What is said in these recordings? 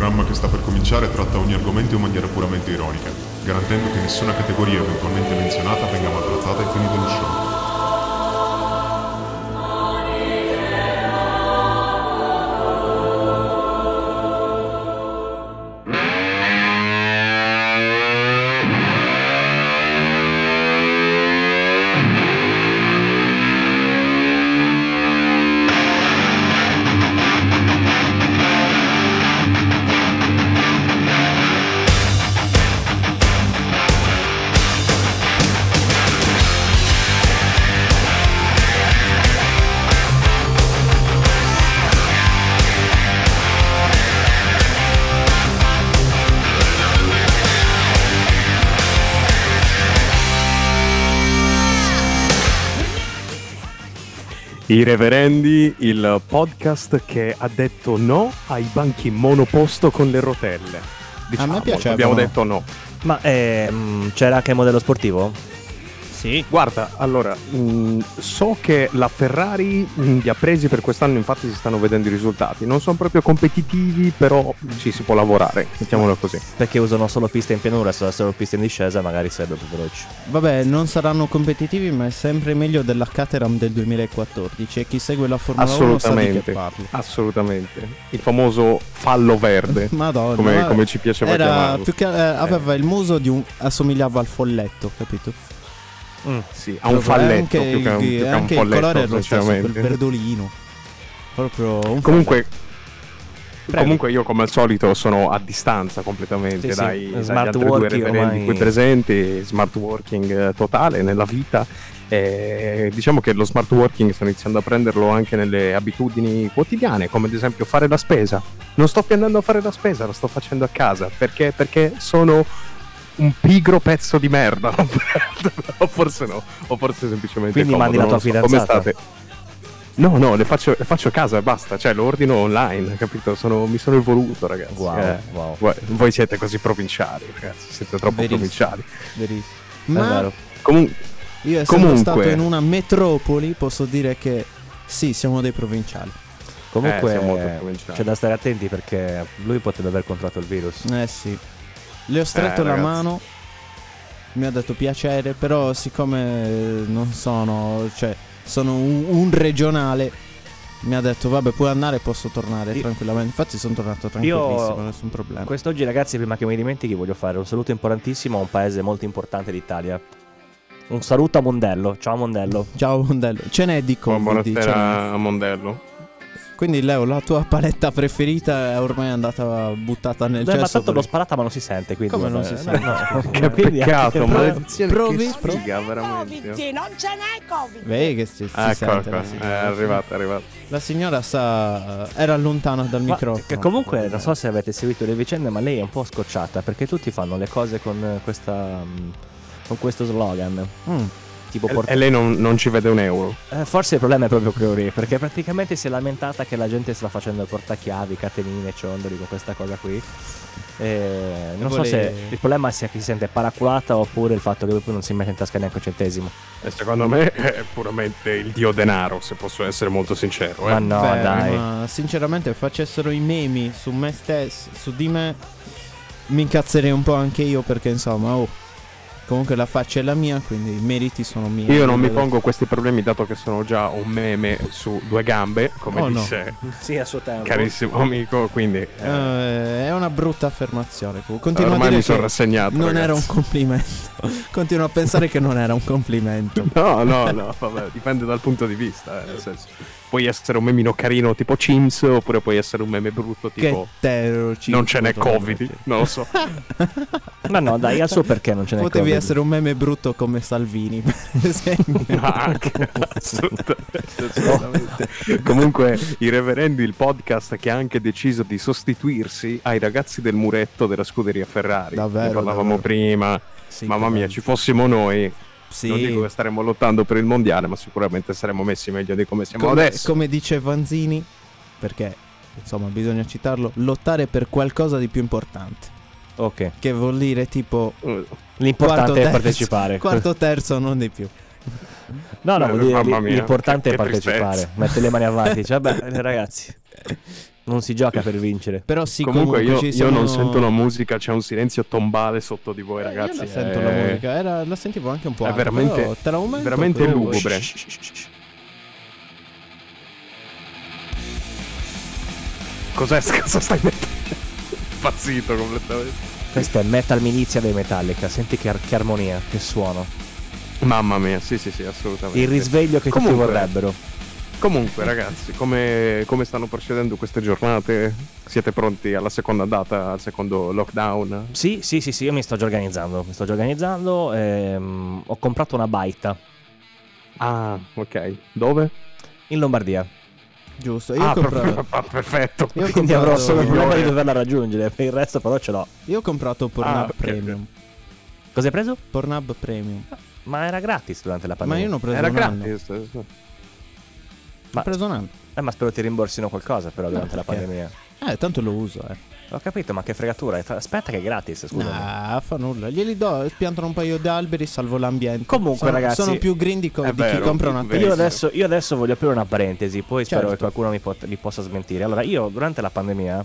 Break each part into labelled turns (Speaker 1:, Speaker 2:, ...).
Speaker 1: programma che sta per cominciare tratta ogni argomento in maniera puramente ironica, garantendo che nessuna categoria eventualmente menzionata venga maltrattata ai fini dello show.
Speaker 2: I Reverendi, il podcast che ha detto no ai banchi monoposto con le rotelle. Diciamo,
Speaker 3: a me piaceva.
Speaker 2: abbiamo detto no.
Speaker 4: Ma c'era anche il modello sportivo?
Speaker 3: Sì.
Speaker 2: Guarda, allora, so che la Ferrari li ha presi per quest'anno, infatti si stanno vedendo i risultati. Non sono proprio competitivi, però ci si può lavorare, mettiamolo così.
Speaker 4: Perché usano solo piste in pianura, se fossero piste in discesa magari sarebbero più veloci.
Speaker 3: Vabbè, non saranno competitivi, ma è sempre meglio della Caterham del 2014. E chi segue la Formula 1 sa di che parlo.
Speaker 2: Assolutamente. Il famoso fallo verde.
Speaker 3: Madonna,
Speaker 2: come ci piaceva chiamarlo.
Speaker 3: Più che aveva il muso assomigliava al folletto, capito?
Speaker 2: Sì, ha un falletto più che un
Speaker 3: anche
Speaker 2: folletto,
Speaker 3: il colore è lo stesso, quel
Speaker 2: sinceramente.
Speaker 3: verdolino. Proprio un
Speaker 2: Comunque
Speaker 3: Prego.
Speaker 2: Comunque io come al solito sono a distanza completamente
Speaker 4: Sì,
Speaker 2: dagli
Speaker 4: smart
Speaker 2: altri due
Speaker 4: working
Speaker 2: reverendi
Speaker 4: ormai.
Speaker 2: qui presenti, smart working totale nella vita. Diciamo che lo smart working sto iniziando a prenderlo anche nelle abitudini quotidiane, come ad esempio fare la spesa. Non sto più andando a fare la spesa, lo sto facendo a casa perché sono un pigro pezzo di merda. O forse no, o forse semplicemente
Speaker 4: quindi
Speaker 2: comodo,
Speaker 4: mandi la
Speaker 2: non
Speaker 4: tua
Speaker 2: lo so. Come
Speaker 4: fidanzata?
Speaker 2: state? No, le faccio a casa e basta, cioè lo ordino online, capito? Mi sono evoluto, ragazzi.
Speaker 4: Wow.
Speaker 2: Voi siete così provinciali, ragazzi, siete troppo
Speaker 3: Verissimo.
Speaker 2: provinciali.
Speaker 3: verissimo.
Speaker 4: È
Speaker 3: Ma
Speaker 4: vero.
Speaker 3: io essendo
Speaker 2: comunque-
Speaker 3: stato in una metropoli posso dire che sì, siamo dei provinciali.
Speaker 4: Comunque
Speaker 2: siamo molto provinciali.
Speaker 4: c'è da stare attenti perché lui potrebbe aver contratto il virus.
Speaker 3: Sì. Le ho stretto la
Speaker 2: ragazzi.
Speaker 3: mano, mi ha detto piacere, però siccome non sono, cioè sono un regionale, mi ha detto vabbè puoi andare, posso tornare
Speaker 4: Io-
Speaker 3: tranquillamente. Infatti sono tornato tranquillissimo, nessun problema.
Speaker 4: Quest'oggi, ragazzi, prima che mi dimentichi, voglio fare un saluto importantissimo a un paese molto importante d'Italia. Un saluto a Mondello. Ciao Mondello.
Speaker 3: Ciao Mondello, ce n'è di Covid.
Speaker 2: Buonasera a Mondello.
Speaker 3: Quindi Leo, la tua paletta preferita è ormai andata buttata nel
Speaker 4: Beh, ma
Speaker 3: cesso.
Speaker 4: tanto l'ho sparata ma non si sente, quindi
Speaker 3: Come non si sente?
Speaker 2: Che
Speaker 4: Quindi
Speaker 2: peccato,
Speaker 4: anche-
Speaker 2: maledizione,
Speaker 3: Provi?
Speaker 2: che sfiga, veramente.
Speaker 5: Covid, sì, non ce n'è Covid.
Speaker 3: Vedi che si
Speaker 2: Ecco
Speaker 3: sente
Speaker 2: qua,
Speaker 3: la
Speaker 2: è
Speaker 3: signora.
Speaker 2: arrivato.
Speaker 3: La signora era lontana dal
Speaker 4: Ma
Speaker 3: microfono.
Speaker 4: che comunque non so se avete seguito le vicende, ma lei è un po' scocciata perché tutti fanno le cose con questo slogan. Tipo
Speaker 2: E lei non ci vede un euro.
Speaker 4: forse il problema è proprio quello, perché praticamente si è lamentata che la gente sta facendo il portachiavi, catenine, ciondoli con questa cosa qui. Non so se il problema sia che si sente paraculata oppure il fatto che poi non si mette in tasca neanche un centesimo.
Speaker 2: E secondo me è puramente il dio denaro, se posso essere molto sincero.
Speaker 4: Ma no,
Speaker 3: Beh,
Speaker 4: dai.
Speaker 3: ma sinceramente facessero i memi su me stesso, su di me, mi incazzerei un po' anche io perché insomma, comunque la faccia è la mia, quindi i meriti sono miei.
Speaker 2: Io non mi pongo questi problemi dato che sono già un meme su due gambe, come
Speaker 3: Oh, no.
Speaker 2: disse
Speaker 4: Sì, a suo tempo.
Speaker 2: carissimo amico, quindi
Speaker 3: È una brutta affermazione. Continuo a
Speaker 2: ormai
Speaker 3: dire
Speaker 2: mi sono
Speaker 3: che
Speaker 2: rassegnato.
Speaker 3: non era un
Speaker 2: ragazzi.
Speaker 3: complimento. Continuo a pensare che non era un complimento.
Speaker 2: No, vabbè, dipende dal punto di vista, nel senso. Puoi essere un memino carino tipo Cims, oppure puoi essere un meme brutto tipo non ce n'è Covid, non lo so.
Speaker 4: Ma no, dai, al suo perché non ce n'è
Speaker 3: Potevi
Speaker 4: Covid.
Speaker 3: essere un meme brutto come Salvini, per esempio.
Speaker 2: Anche, assolutamente. Comunque i Reverendi, il podcast che ha anche deciso di sostituirsi ai ragazzi del muretto della scuderia Ferrari.
Speaker 3: Davvero,
Speaker 2: Ne parlavamo
Speaker 3: davvero.
Speaker 2: prima.
Speaker 3: Sì,
Speaker 2: Mamma mia,
Speaker 3: penso.
Speaker 2: ci fossimo noi.
Speaker 3: Sì.
Speaker 2: Non dico che staremmo lottando per il mondiale, ma sicuramente saremmo messi meglio di come siamo
Speaker 3: come,
Speaker 2: adesso.
Speaker 3: come dice Vanzini, perché insomma bisogna citarlo, lottare per qualcosa di più importante.
Speaker 4: Ok.
Speaker 3: Che vuol dire tipo
Speaker 4: L'importante
Speaker 3: quarto,
Speaker 4: è
Speaker 3: terzo,
Speaker 4: partecipare.
Speaker 3: quarto terzo, non di più.
Speaker 4: No, vuol dire
Speaker 2: mamma mia,
Speaker 4: l'importante
Speaker 2: che
Speaker 4: è partecipare.
Speaker 2: tristezza.
Speaker 4: Mette le mani avanti. Cioè, vabbè, ragazzi. Non si gioca per vincere.
Speaker 3: Però sì,
Speaker 2: Comunque
Speaker 3: ci
Speaker 2: io non
Speaker 3: sono-
Speaker 2: sento la musica, c'è un silenzio tombale sotto di voi, ragazzi.
Speaker 3: Io la sento la musica, la sentivo anche un po'
Speaker 2: è
Speaker 3: alta,
Speaker 2: veramente-
Speaker 3: però te l'aumento,
Speaker 2: veramente
Speaker 3: però-
Speaker 2: lugubre. Cosa stai mettendo? Impazzito completamente.
Speaker 4: Questa è Metal Milizia dei Metallica. Senti che armonia, che suono.
Speaker 2: Mamma mia, sì, assolutamente.
Speaker 4: Il risveglio che tutti
Speaker 2: Comunque-
Speaker 4: vorrebbero.
Speaker 2: Comunque, ragazzi, come stanno procedendo queste giornate? Siete pronti alla seconda data, al secondo lockdown?
Speaker 4: Sì, io mi sto già organizzando. Ho comprato una baita
Speaker 2: Ah, ok. Dove?
Speaker 4: in Lombardia.
Speaker 3: Giusto, io ho comprato,
Speaker 2: perfetto.
Speaker 3: io ho
Speaker 4: Quindi avrò
Speaker 3: comprato-
Speaker 4: solo il problema di doverla raggiungere. Per il resto però ce l'ho.
Speaker 3: io ho comprato Pornhub
Speaker 2: ok.
Speaker 3: Premium.
Speaker 4: Cosa hai preso?
Speaker 3: Pornhub Premium.
Speaker 4: Ma era gratis durante la
Speaker 3: Ma
Speaker 4: pandemia.
Speaker 3: io ne ho preso
Speaker 2: Era
Speaker 3: un anno.
Speaker 2: gratis.
Speaker 3: Ho preso un anno.
Speaker 4: Ma spero ti rimborsino qualcosa però durante la
Speaker 3: ok.
Speaker 4: pandemia.
Speaker 3: Tanto lo uso,
Speaker 4: Ho capito, ma che fregatura. Aspetta che è gratis, scusami.
Speaker 3: Nah, fa nulla. Glieli do, piantano un paio di alberi, salvo l'ambiente.
Speaker 4: Comunque, ragazzi,
Speaker 3: sono più green di
Speaker 2: è
Speaker 3: chi
Speaker 2: vero,
Speaker 3: compra una
Speaker 2: vero.
Speaker 3: Tesla.
Speaker 4: Io adesso voglio aprire una parentesi, poi spero
Speaker 3: Certo.
Speaker 4: che qualcuno mi possa smentire. Allora, io durante la pandemia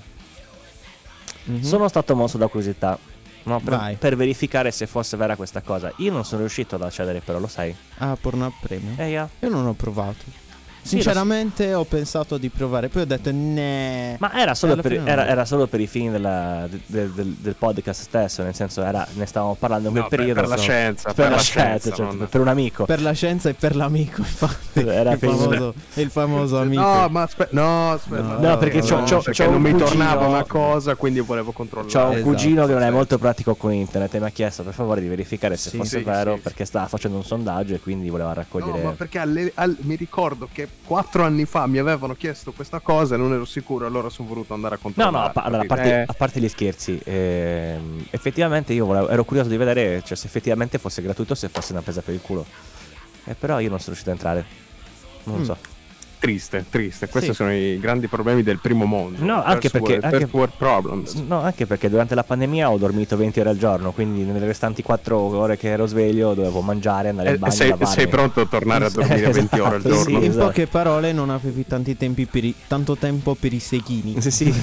Speaker 3: Mhm.
Speaker 4: sono stato mosso da curiosità, no,
Speaker 3: Vai.
Speaker 4: per verificare se fosse vera questa cosa. Io non sono riuscito ad accedere, però lo sai.
Speaker 3: Pornhub Premium.
Speaker 4: Yeah.
Speaker 3: Io non ho provato. Sinceramente ho pensato di provare, poi ho detto ne.
Speaker 4: Ma era solo,
Speaker 3: alla
Speaker 4: per,
Speaker 3: fine
Speaker 4: era,
Speaker 3: no.
Speaker 4: era solo per i fini del podcast stesso, nel senso ne stavamo parlando in quel
Speaker 2: No,
Speaker 4: periodo.
Speaker 2: per la
Speaker 4: insomma.
Speaker 2: scienza,
Speaker 4: Per la scienza, cioè,
Speaker 2: non-
Speaker 4: per un amico.
Speaker 3: Per la scienza e per l'amico, infatti.
Speaker 4: Era
Speaker 3: il famoso amico.
Speaker 2: No, ma aspetta,
Speaker 4: No, perché c'ho
Speaker 2: perché
Speaker 4: un
Speaker 2: non mi
Speaker 4: cugino-
Speaker 2: tornava una cosa, quindi volevo controllare.
Speaker 4: C'ho un
Speaker 3: Esatto,
Speaker 4: cugino che non è
Speaker 2: sì.
Speaker 4: molto pratico con internet e mi ha chiesto per favore di verificare se
Speaker 3: Sì,
Speaker 4: fosse
Speaker 2: sì,
Speaker 4: vero
Speaker 2: sì.
Speaker 4: perché stava facendo un sondaggio e quindi voleva raccogliere.
Speaker 2: No, ma perché mi ricordo che 4 anni fa mi avevano chiesto questa cosa e non ero sicuro, allora sono voluto andare a
Speaker 4: No,
Speaker 2: controllare.
Speaker 4: allora, a parte gli scherzi, effettivamente io ero curioso di vedere cioè, se effettivamente fosse gratuito o se fosse una presa per il culo. Però io non sono riuscito a entrare. Non lo so.
Speaker 2: Triste. Questi
Speaker 3: Sì.
Speaker 2: sono i grandi problemi del primo mondo.
Speaker 4: No, anche perché-
Speaker 2: First world problems.
Speaker 4: No, anche perché durante la pandemia ho dormito 20 ore al giorno, quindi nelle restanti 4 ore che ero sveglio dovevo mangiare, andare in bagno, lavarmi.
Speaker 2: Sei pronto a tornare a dormire 20 ore al
Speaker 4: Esatto,
Speaker 2: giorno?
Speaker 4: sì.
Speaker 3: In
Speaker 4: esatto.
Speaker 3: poche parole, non avevi tanto tempo per i seghini.
Speaker 4: Sì.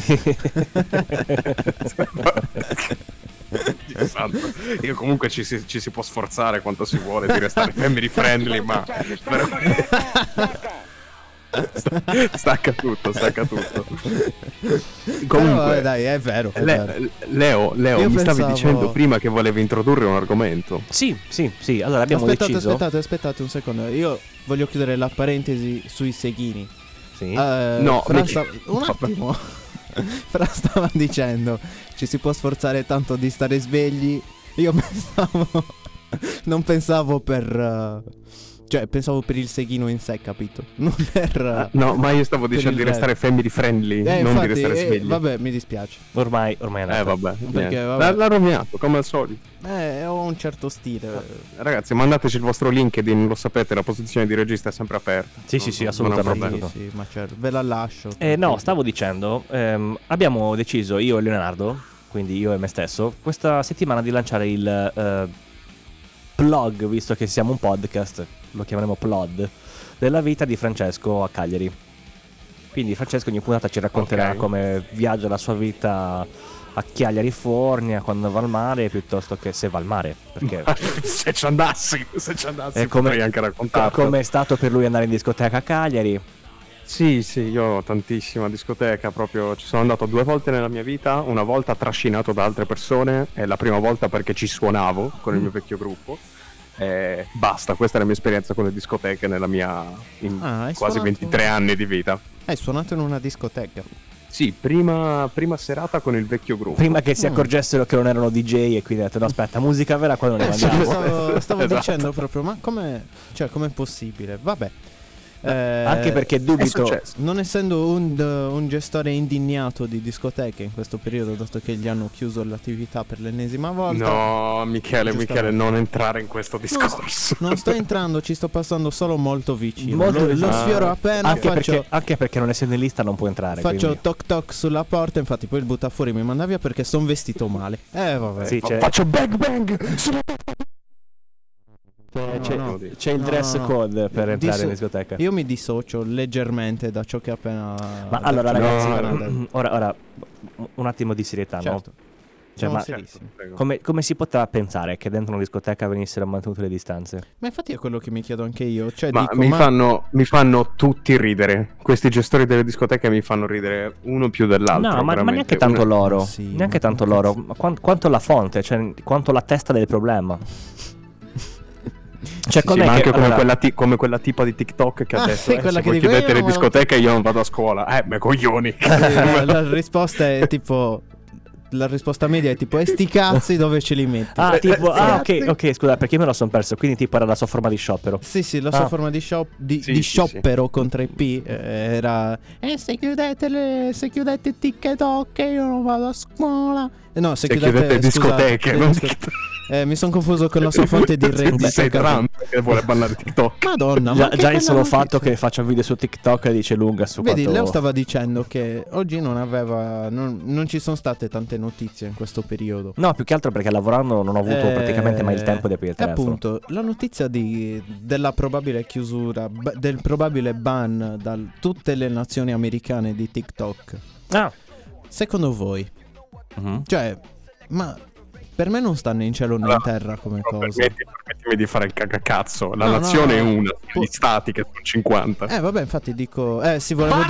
Speaker 2: Dio santo. Io comunque ci si può sforzare quanto si vuole di restare family friendly, ma però... stacca tutto.
Speaker 3: Però,
Speaker 2: Comunque,
Speaker 3: dai, è vero. è vero.
Speaker 2: Leo,
Speaker 3: Io
Speaker 2: mi stavi
Speaker 3: pensavo-
Speaker 2: dicendo prima che volevi introdurre un argomento.
Speaker 4: Sì, allora abbiamo deciso.
Speaker 3: Aspettate un secondo. Io voglio chiudere la parentesi sui seghini.
Speaker 4: Sì.
Speaker 2: No,
Speaker 3: Fra
Speaker 2: mica-
Speaker 3: un attimo. Fra stava dicendo ci si può sforzare tanto di stare svegli. Io non pensavo per cioè pensavo per il seghino in sé, capito? Non per
Speaker 2: No, ma io stavo
Speaker 3: per
Speaker 2: dicendo di
Speaker 3: il
Speaker 2: restare family friendly, non
Speaker 3: infatti,
Speaker 2: di restare svegli.
Speaker 3: vabbè, mi dispiace.
Speaker 4: Ormai è andato.
Speaker 2: Vabbè,
Speaker 3: Perché,
Speaker 2: niente.
Speaker 3: vabbè.
Speaker 2: L'ha rovinato, come al solito.
Speaker 3: Ho un certo stile.
Speaker 2: Ragazzi, mandateci il vostro LinkedIn, lo sapete, la posizione di regista è sempre aperta.
Speaker 4: Sì,
Speaker 2: Non-
Speaker 4: sì,
Speaker 2: non è un
Speaker 4: assolutamente.
Speaker 2: problema.
Speaker 3: Sì, ma certo, ve la lascio.
Speaker 4: No, stavo dicendo, abbiamo deciso io e Leonardo, quindi io e me stesso, questa settimana di lanciare il plug, visto che siamo un podcast, lo chiameremo Plod, della vita di Francesco a Cagliari. Quindi Francesco ogni puntata ci racconterà
Speaker 2: Ok.
Speaker 4: come viaggia la sua vita a Cagliari Fornia, quando va al mare, piuttosto che se va al mare, perché
Speaker 2: se ci andassi,
Speaker 4: è come,
Speaker 2: potrei anche raccontarlo.
Speaker 4: come è stato per lui andare in discoteca a Cagliari.
Speaker 2: Sì, io ho tantissima discoteca, proprio ci sono andato 2 volte nella mia vita, una volta trascinato da altre persone e la prima volta perché ci suonavo con il mio vecchio gruppo. Basta, questa è la mia esperienza con le discoteche nella mia
Speaker 3: hai
Speaker 2: quasi
Speaker 3: suonato?
Speaker 2: 23 anni di vita.
Speaker 3: Hai suonato in una discoteca.
Speaker 2: Sì, prima serata con il vecchio gruppo.
Speaker 4: Prima che si accorgessero che non erano DJ e quindi ha detto no aspetta, musica vera qua non ne mandiamo.
Speaker 3: Stavo
Speaker 2: Esatto.
Speaker 3: dicendo proprio, ma com'è possibile? Vabbè.
Speaker 4: Anche perché dubito.
Speaker 2: successo.
Speaker 3: Non essendo un gestore indignato di discoteche in questo periodo, dato che gli hanno chiuso l'attività per l'ennesima volta.
Speaker 2: No, Michele,
Speaker 3: Giustamente.
Speaker 2: non entrare in questo discorso.
Speaker 3: Non sto entrando, ci sto passando solo molto vicino.
Speaker 4: Molto
Speaker 3: lo
Speaker 4: vicino.
Speaker 3: sfioro appena,
Speaker 4: Anche perché non essendo in lista non può entrare.
Speaker 3: faccio
Speaker 4: quindi.
Speaker 3: toc toc sulla porta. Infatti poi il butta fuori mi manda via perché sono vestito male. Vabbè.
Speaker 4: Sì,
Speaker 2: Faccio bang bang.
Speaker 4: c'è il dress code per entrare in discoteca.
Speaker 3: Io mi dissocio leggermente da ciò che appena.
Speaker 4: Ma allora, ragazzi,
Speaker 2: no.
Speaker 4: ora un attimo di serietà,
Speaker 3: Certo.
Speaker 4: no? Cioè, ma
Speaker 3: serissimi.
Speaker 4: come si poteva pensare che dentro una discoteca venissero mantenute le distanze?
Speaker 3: Ma infatti è quello che mi chiedo anche io. Cioè,
Speaker 2: Ma
Speaker 3: dico,
Speaker 2: mi fanno tutti ridere. Questi gestori delle discoteche mi fanno ridere uno più dell'altro.
Speaker 4: No, ma
Speaker 2: veramente.
Speaker 4: neanche tanto loro.
Speaker 3: Sì,
Speaker 4: neanche
Speaker 3: ma
Speaker 4: tanto
Speaker 3: che
Speaker 4: loro. Ma quanto la fonte, cioè quanto la testa del problema. Cioè,
Speaker 2: Sì,
Speaker 4: com'è
Speaker 2: ma
Speaker 4: che
Speaker 2: anche come,
Speaker 4: allora-
Speaker 2: come quella tipa di TikTok che ha detto
Speaker 3: sì, quella
Speaker 2: se
Speaker 3: che
Speaker 2: voi
Speaker 3: dico,
Speaker 2: chiudete
Speaker 3: io
Speaker 2: le
Speaker 3: non-
Speaker 2: discoteche io non vado a scuola. Beh, coglioni.
Speaker 3: la risposta è tipo. La risposta media è tipo: e sti cazzi dove ce li metti?
Speaker 4: Ah, tipo,
Speaker 3: Sì.
Speaker 4: ok, scusa, perché io me lo sono perso. Quindi, tipo, era la sua forma di sciopero.
Speaker 3: Sì, la sua forma di, di
Speaker 2: Sì,
Speaker 3: sciopero con 3P era. Se chiudete TikTok io non vado a scuola. No, se
Speaker 2: chiudete discoteche, non
Speaker 3: mi sono confuso con la sua fonte di reddito.
Speaker 2: Sei Trump che vuole bannare TikTok.
Speaker 3: Madonna,
Speaker 4: Già,
Speaker 3: ma che
Speaker 4: già il
Speaker 3: bella
Speaker 4: solo
Speaker 3: notizia.
Speaker 4: fatto che faccia un video su TikTok dice lunga su
Speaker 3: Vedi,
Speaker 4: quanto...
Speaker 3: Leo stava dicendo che oggi non ci sono state tante notizie in questo periodo.
Speaker 4: No, più che altro perché lavorando non ho avuto praticamente mai il tempo di aprire il
Speaker 3: E
Speaker 4: telefono.
Speaker 3: appunto, la notizia della probabile chiusura, del probabile ban da tutte le nazioni americane di TikTok.
Speaker 4: Ah.
Speaker 3: Secondo voi?
Speaker 4: Mhm.
Speaker 3: Cioè, ma per me non sta né in cielo né in terra come cosa.
Speaker 2: Permettimi di fare il cagacazzo. La
Speaker 3: No,
Speaker 2: nazione è
Speaker 3: no.
Speaker 2: una, gli stati che sono 50.
Speaker 3: Vabbè, infatti dico, sì, volevo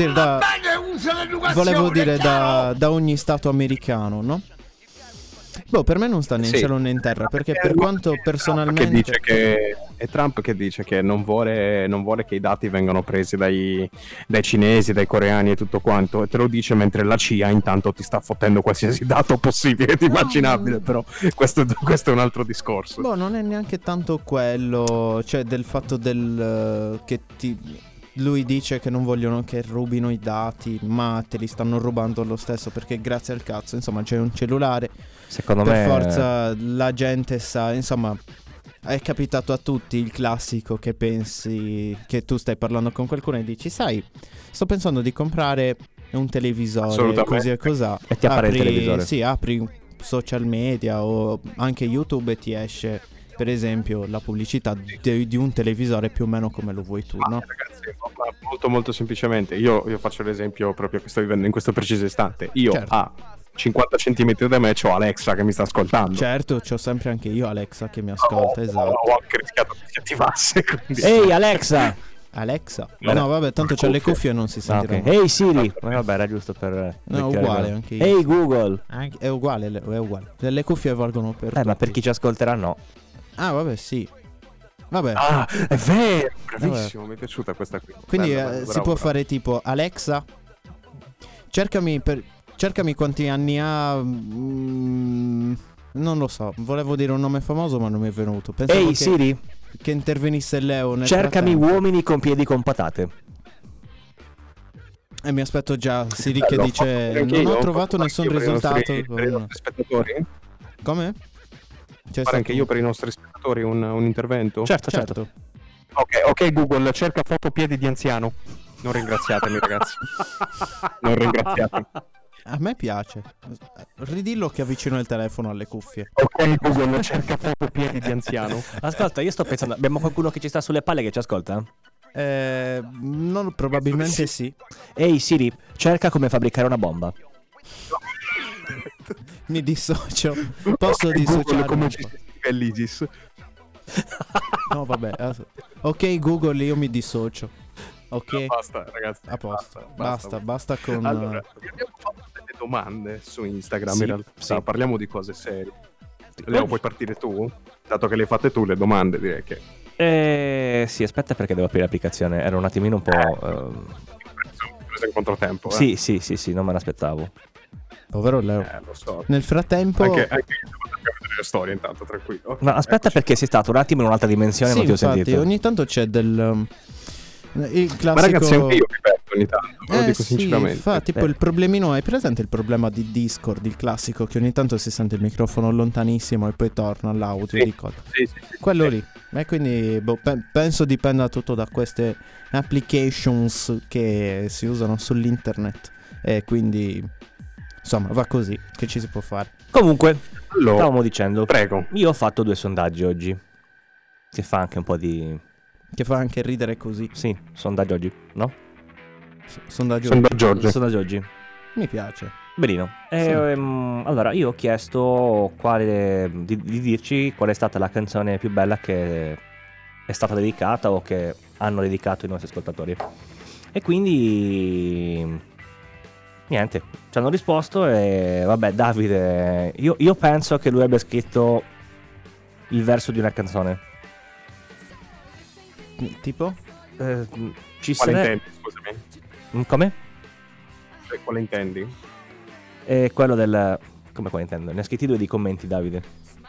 Speaker 3: dire da ogni stato americano, no? Boh, per me non sta né in
Speaker 2: Sì.
Speaker 3: cielo né in terra, perché per quanto personalmente...
Speaker 2: Che dice che è Trump che dice che non vuole che i dati vengano presi dai cinesi, dai coreani e tutto quanto, e te lo dice mentre la CIA intanto ti sta fottendo qualsiasi dato possibile ed immaginabile, però questo è un altro discorso.
Speaker 3: Boh, non è neanche tanto quello, cioè del fatto che lui dice che non vogliono che rubino i dati, ma te li stanno rubando lo stesso perché grazie al cazzo, insomma, c'è un cellulare.
Speaker 4: Secondo
Speaker 3: Per
Speaker 4: me...
Speaker 3: forza la gente sa, insomma, è capitato a tutti il classico che pensi che tu stai parlando con qualcuno e dici, sai, sto pensando di comprare un televisore,
Speaker 2: Assolutamente.
Speaker 3: così e così.
Speaker 4: E ti appare il televisore.
Speaker 3: Sì, apri social media o anche YouTube e ti esce, per esempio, la pubblicità di un televisore più o meno come lo vuoi tu, no?
Speaker 2: Ragazzi, molto molto semplicemente io faccio l'esempio proprio che sto vivendo in questo preciso istante. Io
Speaker 3: Certo.
Speaker 2: a 50 cm da me c'ho Alexa che mi sta ascoltando.
Speaker 3: Certo, c'ho sempre anche io Alexa che mi ascolta, esatto.
Speaker 2: Ho anche rischiato che si attivasse, quindi...
Speaker 4: Ehi Alexa!
Speaker 3: Alexa?
Speaker 4: Guarda,
Speaker 3: No, vabbè, tanto c'è le cuffie e non si
Speaker 4: Ah,
Speaker 3: sentirà.
Speaker 4: ok. Ehi Siri! Vabbè, era giusto per...
Speaker 3: No,
Speaker 4: beccare
Speaker 3: uguale
Speaker 4: quello.
Speaker 3: anche io.
Speaker 4: Ehi Google!
Speaker 3: È uguale, è uguale. Le cuffie valgono per
Speaker 4: Ma
Speaker 3: tutti.
Speaker 4: per chi ci ascolterà no.
Speaker 3: Ah, vabbè, sì. Vabbè.
Speaker 2: Ah, è vero, bravissimo, mi è piaciuta questa qui.
Speaker 3: Quindi
Speaker 2: Bello,
Speaker 3: si
Speaker 2: bravo,
Speaker 3: può
Speaker 2: bravo.
Speaker 3: fare tipo Alexa, cercami quanti anni ha. Non lo so, volevo dire un nome famoso ma non mi è venuto. Pensavo
Speaker 4: Ehi Siri!
Speaker 3: che intervenisse Leo nel
Speaker 4: Cercami
Speaker 3: frattempo.
Speaker 4: uomini con piedi con patate.
Speaker 3: E mi aspetto già Siri che
Speaker 2: Bello,
Speaker 3: dice
Speaker 2: anche
Speaker 3: non
Speaker 2: io,
Speaker 3: ho trovato
Speaker 2: posso
Speaker 3: nessun
Speaker 2: fare anche io
Speaker 3: risultato.
Speaker 2: per i nostri spettatori?
Speaker 3: Come? C'è
Speaker 2: Fare anche
Speaker 3: stato-
Speaker 2: io per i nostri spettatori un intervento?
Speaker 4: Certo.
Speaker 2: Ok, Google, cerca foto piedi di anziano. Non ringraziatemi, ragazzi. Non ringraziatemi.
Speaker 3: A me piace. Ridillo che avvicino il telefono alle cuffie.
Speaker 2: Ok, Google, cerca foto piedi di anziano.
Speaker 4: Ascolta, io sto pensando, abbiamo qualcuno che ci sta sulle palle che ci ascolta?
Speaker 3: Probabilmente sì.
Speaker 4: Ehi Siri, cerca come fabbricare una bomba.
Speaker 3: Mi dissocio. Posso
Speaker 2: Ok, Google,
Speaker 3: dissociarmi?
Speaker 2: come ci si scrive l'ISIS?
Speaker 3: No, vabbè. Ok, Google, io mi dissocio. Ok.
Speaker 2: Basta, ragazzi.
Speaker 3: A posto. Basta con.
Speaker 2: Allora, abbiamo fatto delle domande su Instagram,
Speaker 4: Sì,
Speaker 2: in realtà.
Speaker 4: sì.
Speaker 2: Parliamo di cose serie. Leo, puoi partire tu? Dato che le hai fatte tu le domande, direi che...
Speaker 4: Sì, aspetta perché devo aprire l'applicazione. Ero un attimino un po'...
Speaker 2: Sono preso in controtempo.
Speaker 4: Sì, non me l'aspettavo.
Speaker 3: Povero Leo.
Speaker 2: Lo so.
Speaker 3: Nel frattempo.
Speaker 2: Anche io devo vedere le storie intanto, tranquillo.
Speaker 4: No, aspetta perché sei stato un attimo in un'altra dimensione,
Speaker 3: Sì,
Speaker 4: non ti ho
Speaker 3: infatti,
Speaker 4: sentito.
Speaker 3: ogni tanto c'è del. Il classico.
Speaker 2: Ma ragazzi, anche io mi perdo ogni tanto, ve lo dico
Speaker 3: Sì,
Speaker 2: sinceramente.
Speaker 3: fa tipo il problemino. Hai presente il problema di Discord, il classico, che ogni tanto si sente il microfono lontanissimo e poi torna l'audio
Speaker 2: Sì.
Speaker 3: di coda.
Speaker 2: Sì.
Speaker 3: Quello lì. E quindi penso dipenda tutto da queste applications che si usano sull'internet. E quindi insomma va così, che ci si può fare.
Speaker 4: Comunque,
Speaker 2: Allora,
Speaker 4: stavamo dicendo,
Speaker 2: prego.
Speaker 4: io ho fatto 2 sondaggi oggi. Che fa anche un po' di...
Speaker 3: Che fa anche ridere così.
Speaker 4: Sì, sondaggio oggi, no?
Speaker 3: Sondaggio.
Speaker 4: Sondaggio oggi.
Speaker 3: Mi piace.
Speaker 4: Benino. Allora, io ho chiesto di dirci qual è stata la canzone più bella che è stata dedicata o che hanno dedicato i nostri ascoltatori. E quindi... niente, ci hanno risposto e vabbè, Davide, io penso che lui abbia scritto il verso di una canzone.
Speaker 3: Tipo?
Speaker 4: Ci
Speaker 2: Quale
Speaker 4: sare-
Speaker 2: intendi, scusami?
Speaker 4: Come?
Speaker 2: Quale intendi?
Speaker 4: Quello del... Come qua intendo? Ne ha scritti 2 di commenti, Davide.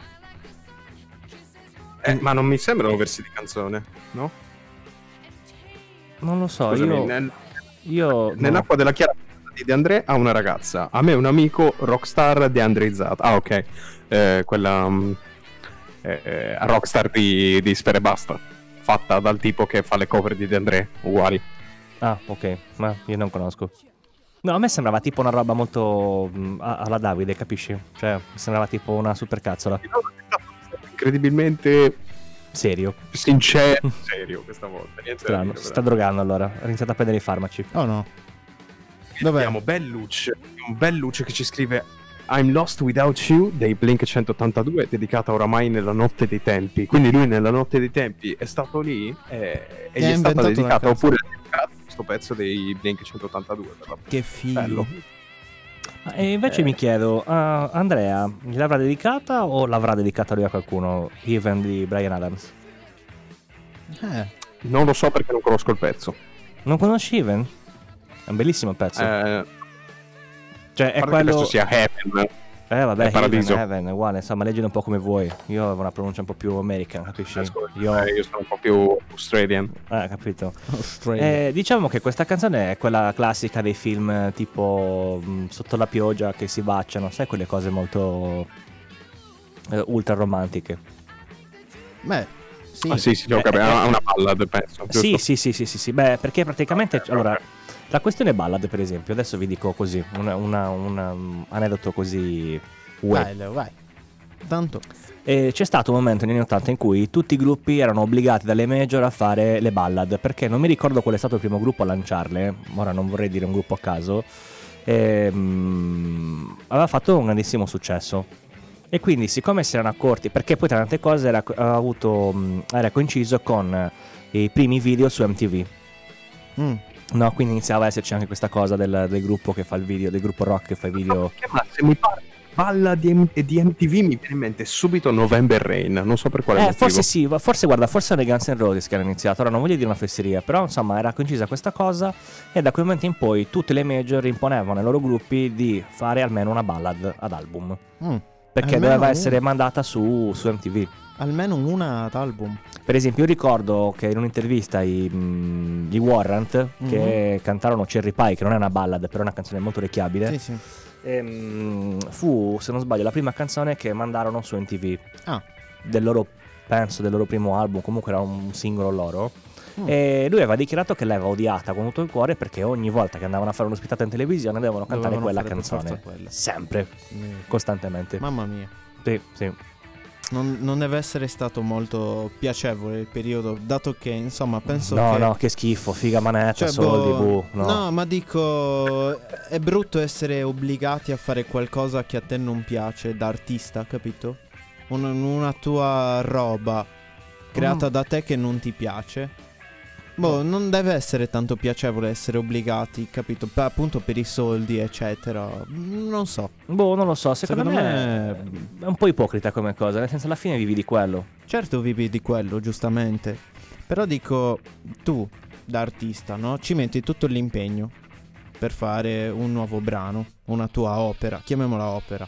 Speaker 2: Ma non mi sembrano versi di canzone, no?
Speaker 4: Non lo so,
Speaker 2: Scusami,
Speaker 4: io
Speaker 2: nell'acqua della chiara di De André a una ragazza. A me un amico rockstar deandrizzato. Ah, ok. Quella rockstar di Sfere Basta. Fatta dal tipo che fa le cover di De André, uguali.
Speaker 4: Ah, ok, ma io non conosco. No, a me sembrava tipo una roba molto alla Davide, capisci? Cioè, mi sembrava tipo una super cazzola.
Speaker 2: Incredibilmente
Speaker 4: Serio.
Speaker 2: sincero, serio questa volta. Niente da
Speaker 4: Strano,
Speaker 2: dire,
Speaker 4: si sta drogando allora. Ha iniziato a prendere i farmaci.
Speaker 3: Oh no. Dov'è?
Speaker 2: Abbiamo Bellucci che ci scrive I'm Lost Without You dei Blink 182, dedicata oramai nella notte dei tempi. Quindi lui nella notte dei tempi è stato lì e gli è stata
Speaker 3: inventato una
Speaker 2: dedicata,
Speaker 3: canzone.
Speaker 2: oppure è dedicato questo pezzo dei Blink 182 per l'appunto.
Speaker 3: Che figo.
Speaker 2: Bello.
Speaker 4: E invece mi chiedo, Andrea, gliel'avrà dedicata o l'avrà dedicata lui a qualcuno? Even di Bryan Adams.
Speaker 2: Non lo so perché non conosco il pezzo.
Speaker 4: Non conosci Even? È un bellissimo pezzo.
Speaker 2: A
Speaker 4: Cioè, è
Speaker 2: parte che
Speaker 4: quello...
Speaker 2: questo sia Heaven.
Speaker 4: Vabbè,
Speaker 2: è Paradiso.
Speaker 4: Heaven, è uguale, insomma, leggilo un po' come vuoi. Io ho una pronuncia un po' più american, capisci?
Speaker 2: Io
Speaker 4: Io...
Speaker 2: sono un po' più Australian.
Speaker 4: capito.
Speaker 3: Australia.
Speaker 4: Diciamo che questa canzone è quella classica dei film tipo Sotto la pioggia che si baciano, sai, quelle cose molto ultra romantiche.
Speaker 3: Beh, sì.
Speaker 2: Ah, sì, ho capito. È una ballad, penso.
Speaker 4: Sì,
Speaker 2: giusto?
Speaker 4: sì. Beh, perché praticamente allora la questione ballad, per esempio, adesso vi dico così, un aneddoto così
Speaker 3: Vai, Leo, vai. Tanto.
Speaker 4: E c'è stato un momento negli anni 80 in cui tutti i gruppi erano obbligati dalle major a fare le ballad, perché non mi ricordo qual è stato il primo gruppo a lanciarle, ora non vorrei dire un gruppo a caso, aveva fatto un grandissimo successo. E quindi, siccome si erano accorti, perché poi tra tante cose era coinciso con i primi video su MTV. No, quindi iniziava a esserci anche questa cosa del gruppo che fa il video, del gruppo rock che fa i video.
Speaker 2: Ma se mi parli balla di MTV mi viene in mente subito November Rain, non so per quale motivo.
Speaker 4: Forse sì, forse guarda, forse erano i Guns N' Roses che hanno iniziato, ora non voglio dire una fesseria, però insomma era concisa questa cosa e da quel momento in poi tutte le major imponevano ai loro gruppi di fare almeno una ballad ad album, perché
Speaker 3: Almeno
Speaker 4: doveva
Speaker 3: una.
Speaker 4: essere mandata su MTV.
Speaker 3: Almeno una ad album.
Speaker 4: Per esempio, io ricordo che in un'intervista gli Warrant, che cantarono Cherry Pie, che non è una ballad, però è una canzone molto orecchiabile,
Speaker 3: Sì.
Speaker 4: fu, se non sbaglio, la prima canzone che mandarono su MTV.
Speaker 3: Ah.
Speaker 4: Del loro primo album, comunque era un singolo loro. E lui aveva dichiarato che l'aveva odiata con tutto il cuore perché ogni volta che andavano a fare un'ospitata in televisione dovevano cantare quella
Speaker 3: fare per
Speaker 4: canzone.
Speaker 3: forza quella.
Speaker 4: Sempre, costantemente.
Speaker 3: Mamma mia.
Speaker 4: Sì.
Speaker 3: Non deve essere stato molto piacevole il periodo, dato che insomma penso
Speaker 4: No,
Speaker 3: che...
Speaker 4: no, che schifo, figa manetta,
Speaker 3: Cioè,
Speaker 4: soldi,
Speaker 3: boh,
Speaker 4: no.
Speaker 3: no, ma dico, è brutto essere obbligati a fare qualcosa che a te non piace da artista, capito? Una tua roba creata da te che non ti piace. Boh, non deve essere tanto piacevole essere obbligati, capito? Appunto per i soldi, eccetera. Non so.
Speaker 4: Boh, non lo so, secondo
Speaker 3: Secondo
Speaker 4: me è un po' ipocrita come cosa, nel senso alla fine vivi di quello.
Speaker 3: Certo vivi di quello, giustamente. Però dico, tu, da artista, no? Ci metti tutto l'impegno per fare un nuovo brano, una tua opera, chiamiamola opera.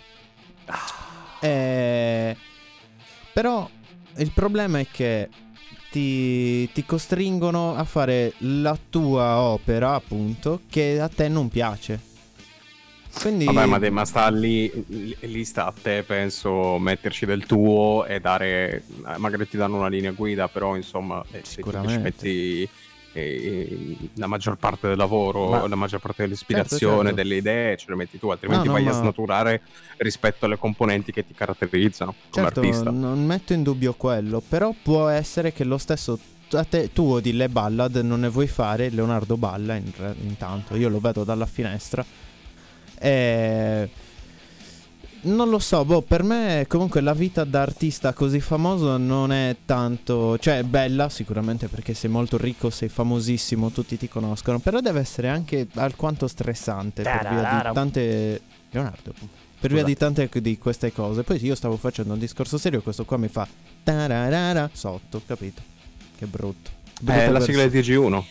Speaker 3: Però il problema è che ti costringono a fare la tua opera, appunto, che a te non piace. Quindi...
Speaker 2: Vabbè, ma sta lì sta a te, penso, metterci del tuo e dare, magari ti danno una linea guida, però insomma, se tu ci
Speaker 3: Sicuramente.
Speaker 2: metti la maggior parte del lavoro, la maggior parte dell'ispirazione,
Speaker 3: certo.
Speaker 2: delle idee ce le metti tu, altrimenti vai a snaturare rispetto alle componenti che ti caratterizzano come
Speaker 3: certo,
Speaker 2: artista.
Speaker 3: non metto in dubbio quello, però può essere che lo stesso tu odi le ballad, non ne vuoi fare, Leonardo balla intanto, io lo vedo dalla finestra e non lo so, per me comunque la vita da artista così famoso non è tanto, cioè è bella sicuramente perché sei molto ricco, sei famosissimo, tutti ti conoscono, però deve essere anche alquanto stressante per via di tante Leonardo, per via di tante di queste cose. Poi io stavo facendo un discorso serio, questo qua mi fa tararara sotto, capito? Che brutto.
Speaker 2: È la sigla di TG1.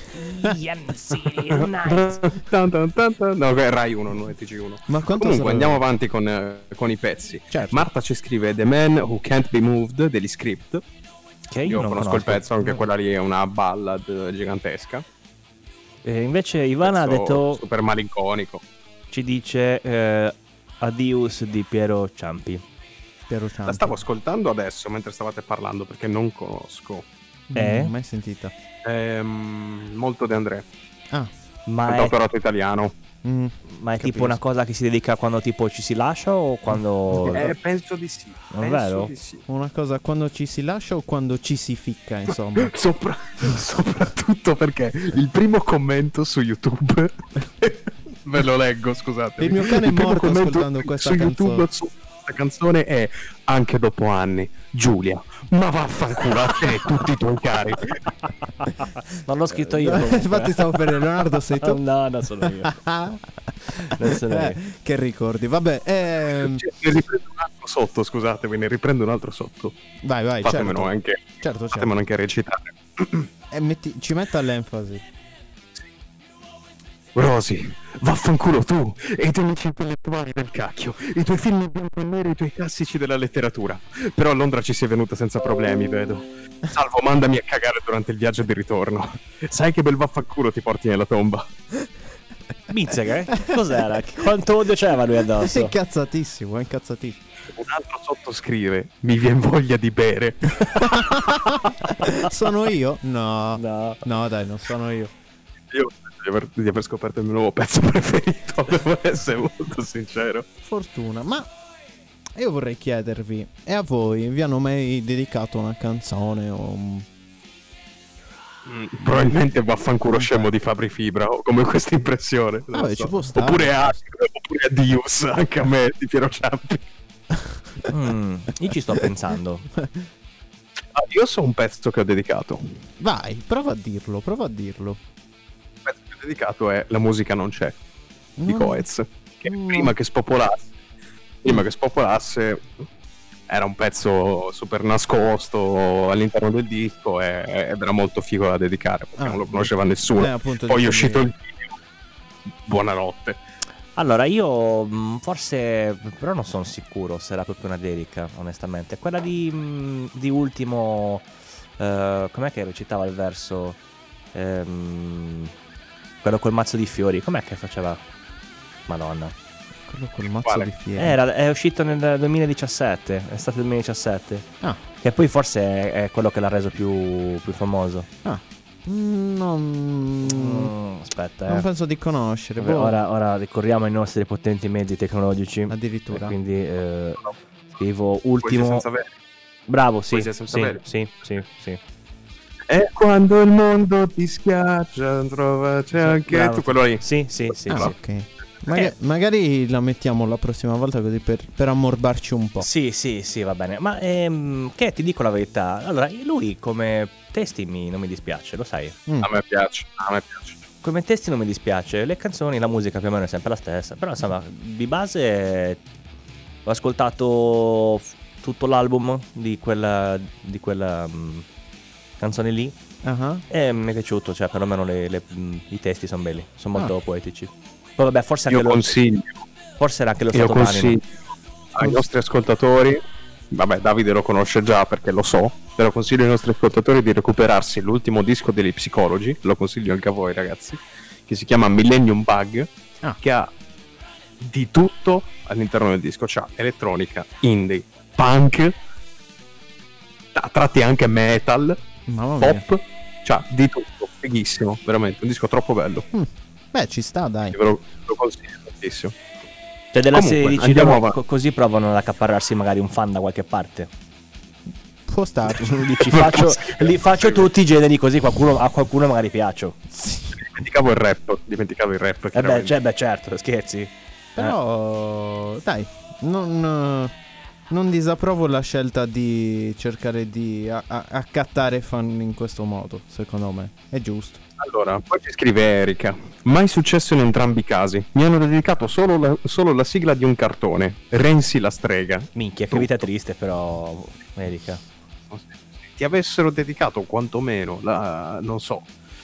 Speaker 2: No, è Rai 1, non è TG1.
Speaker 3: Ma quanto
Speaker 2: comunque andiamo avanti con i pezzi.
Speaker 3: Certo.
Speaker 2: Marta ci scrive The Man Who Can't Be Moved degli Script.
Speaker 4: Che
Speaker 2: io conosco il pezzo, anche quella lì è una ballad gigantesca.
Speaker 4: E invece Ivana ha detto
Speaker 2: super malinconico.
Speaker 4: Ci dice Adios di Piero Ciampi.
Speaker 2: La stavo ascoltando adesso mentre stavate parlando perché non conosco.
Speaker 3: Mai sentita.
Speaker 2: Molto De André.
Speaker 4: Ma è
Speaker 2: operato italiano.
Speaker 4: Ma è tipo una cosa che si dedica quando tipo ci si lascia o quando
Speaker 2: penso di sì.
Speaker 4: Non è vero?
Speaker 2: Di sì.
Speaker 3: Una cosa quando ci si lascia o quando ci si ficca, insomma.
Speaker 2: Soprattutto perché il primo commento su YouTube ve lo leggo, scusate.
Speaker 3: Il mio cane è morto ascoltando questa
Speaker 2: su
Speaker 3: canzone.
Speaker 2: YouTube questa canzone è anche dopo anni. Giulia, ma vaffanculo a te e tutti i tuoi cari.
Speaker 4: Non l'ho scritto io.
Speaker 3: Infatti stavo per dire, Leonardo sei tu?
Speaker 4: No, sono io. Non sono io.
Speaker 3: Che ricordi, vabbè.
Speaker 2: Ne riprendo un altro sotto, scusatemi, ne riprendo un altro sotto.
Speaker 3: Vai,
Speaker 2: fatemelo
Speaker 3: certo.
Speaker 2: anche.
Speaker 3: Certo.
Speaker 2: Fatemelo anche recitare.
Speaker 3: Ci metta l'enfasi.
Speaker 2: Rosy, vaffanculo tu e i tuoi amici intellettuali del cacchio, i tuoi film in bianco e nero, i tuoi classici della letteratura. Però a Londra ci sei venuta senza problemi, vedo. Salvo, mandami a cagare durante il viaggio di ritorno. Sai che bel vaffanculo ti porti nella tomba.
Speaker 4: Mizzica, cos'era? Quanto odio c'era lui addosso?
Speaker 3: È incazzatissimo.
Speaker 2: Un altro sottoscrive, mi vien voglia di bere.
Speaker 3: Sono io? No, dai, non sono io.
Speaker 2: Io di aver scoperto il mio nuovo pezzo preferito, devo essere molto sincero.
Speaker 3: Fortuna, ma io vorrei chiedervi, e a voi vi hanno mai dedicato una canzone o
Speaker 2: probabilmente vaffanculo scemo di Fabri Fibra, ho come questa impressione.
Speaker 3: Vabbè, ci può stare.
Speaker 2: Oppure Adios, anche a me di Piero Ciampi.
Speaker 4: Io ci sto pensando.
Speaker 2: Io so un pezzo che ho dedicato.
Speaker 3: Vai, prova a dirlo.
Speaker 2: Il pezzo che ho dedicato è La musica non c'è di Coez, che prima che spopolasse era un pezzo super nascosto all'interno del disco ed era molto figo da dedicare perché non lo conosceva nessuno. Poi è uscito il video, buonanotte.
Speaker 4: Allora io forse, però non sono sicuro se era proprio una dedica, onestamente. Quella di Ultimo, com'è che recitava il verso? Quello col mazzo di fiori, com'è che faceva? Madonna.
Speaker 3: Quello col mazzo di fiori.
Speaker 4: È uscito nel 2017, è stato il 2017. Che poi forse è quello che l'ha reso più famoso. Aspetta,
Speaker 3: non penso di conoscere.
Speaker 4: Ora ricorriamo ai nostri potenti mezzi tecnologici.
Speaker 3: Addirittura.
Speaker 4: Quindi scrivo Ultimo. Bravo, sì.
Speaker 2: E quando il mondo ti schiaccia, c'è anche bravo. Tu quello lì.
Speaker 4: Sì.
Speaker 3: Ok. Magari la mettiamo la prossima volta così per ammorbarci un po'.
Speaker 4: Sì, va bene. Ma che ti dico la verità. Allora, lui come testi non mi dispiace, lo sai.
Speaker 2: A me piace.
Speaker 4: Come testi non mi dispiace. Le canzoni, la musica più o meno è sempre la stessa. Però insomma, di base ho ascoltato tutto l'album di quella canzone lì. E mi è piaciuto, cioè perlomeno i testi sono belli, sono molto poetici. Poi vabbè, forse anche forse era anche lo stato d'animo
Speaker 2: ai nostri ascoltatori. Vabbè, Davide lo conosce già perché lo so, però consiglio ai nostri ascoltatori di recuperarsi l'ultimo disco degli Psicologi, lo consiglio anche a voi ragazzi, che si chiama Millennium Bug, che ha di tutto all'interno del disco. C'ha elettronica, indie, punk, a tratti anche metal, pop, c'ha di tutto. fighissimo, veramente, un disco troppo bello.
Speaker 3: Beh, ci sta, dai.
Speaker 2: Ve lo consiglio tantissimo.
Speaker 4: Cioè della
Speaker 2: Comunque,
Speaker 4: serie dici
Speaker 2: andiamo
Speaker 4: loro,
Speaker 2: avanti.
Speaker 4: così provano ad accaparrarsi magari un fan da qualche parte.
Speaker 3: Può starci.
Speaker 4: Dici li faccio tutti i generi così a qualcuno magari piaccio.
Speaker 2: Dimenticavo il rap. chiaramente.
Speaker 4: Beh, certo, scherzi.
Speaker 3: Però, dai, non disapprovo la scelta di cercare di accattare fan in questo modo, secondo me. È giusto.
Speaker 2: Allora, poi ci scrive Erika. Mai successo in entrambi i casi. Mi hanno dedicato solo la sigla di un cartone. Renzi la strega.
Speaker 4: Minchia, che vita triste però, Erika.
Speaker 2: Ti avessero dedicato quantomeno non so,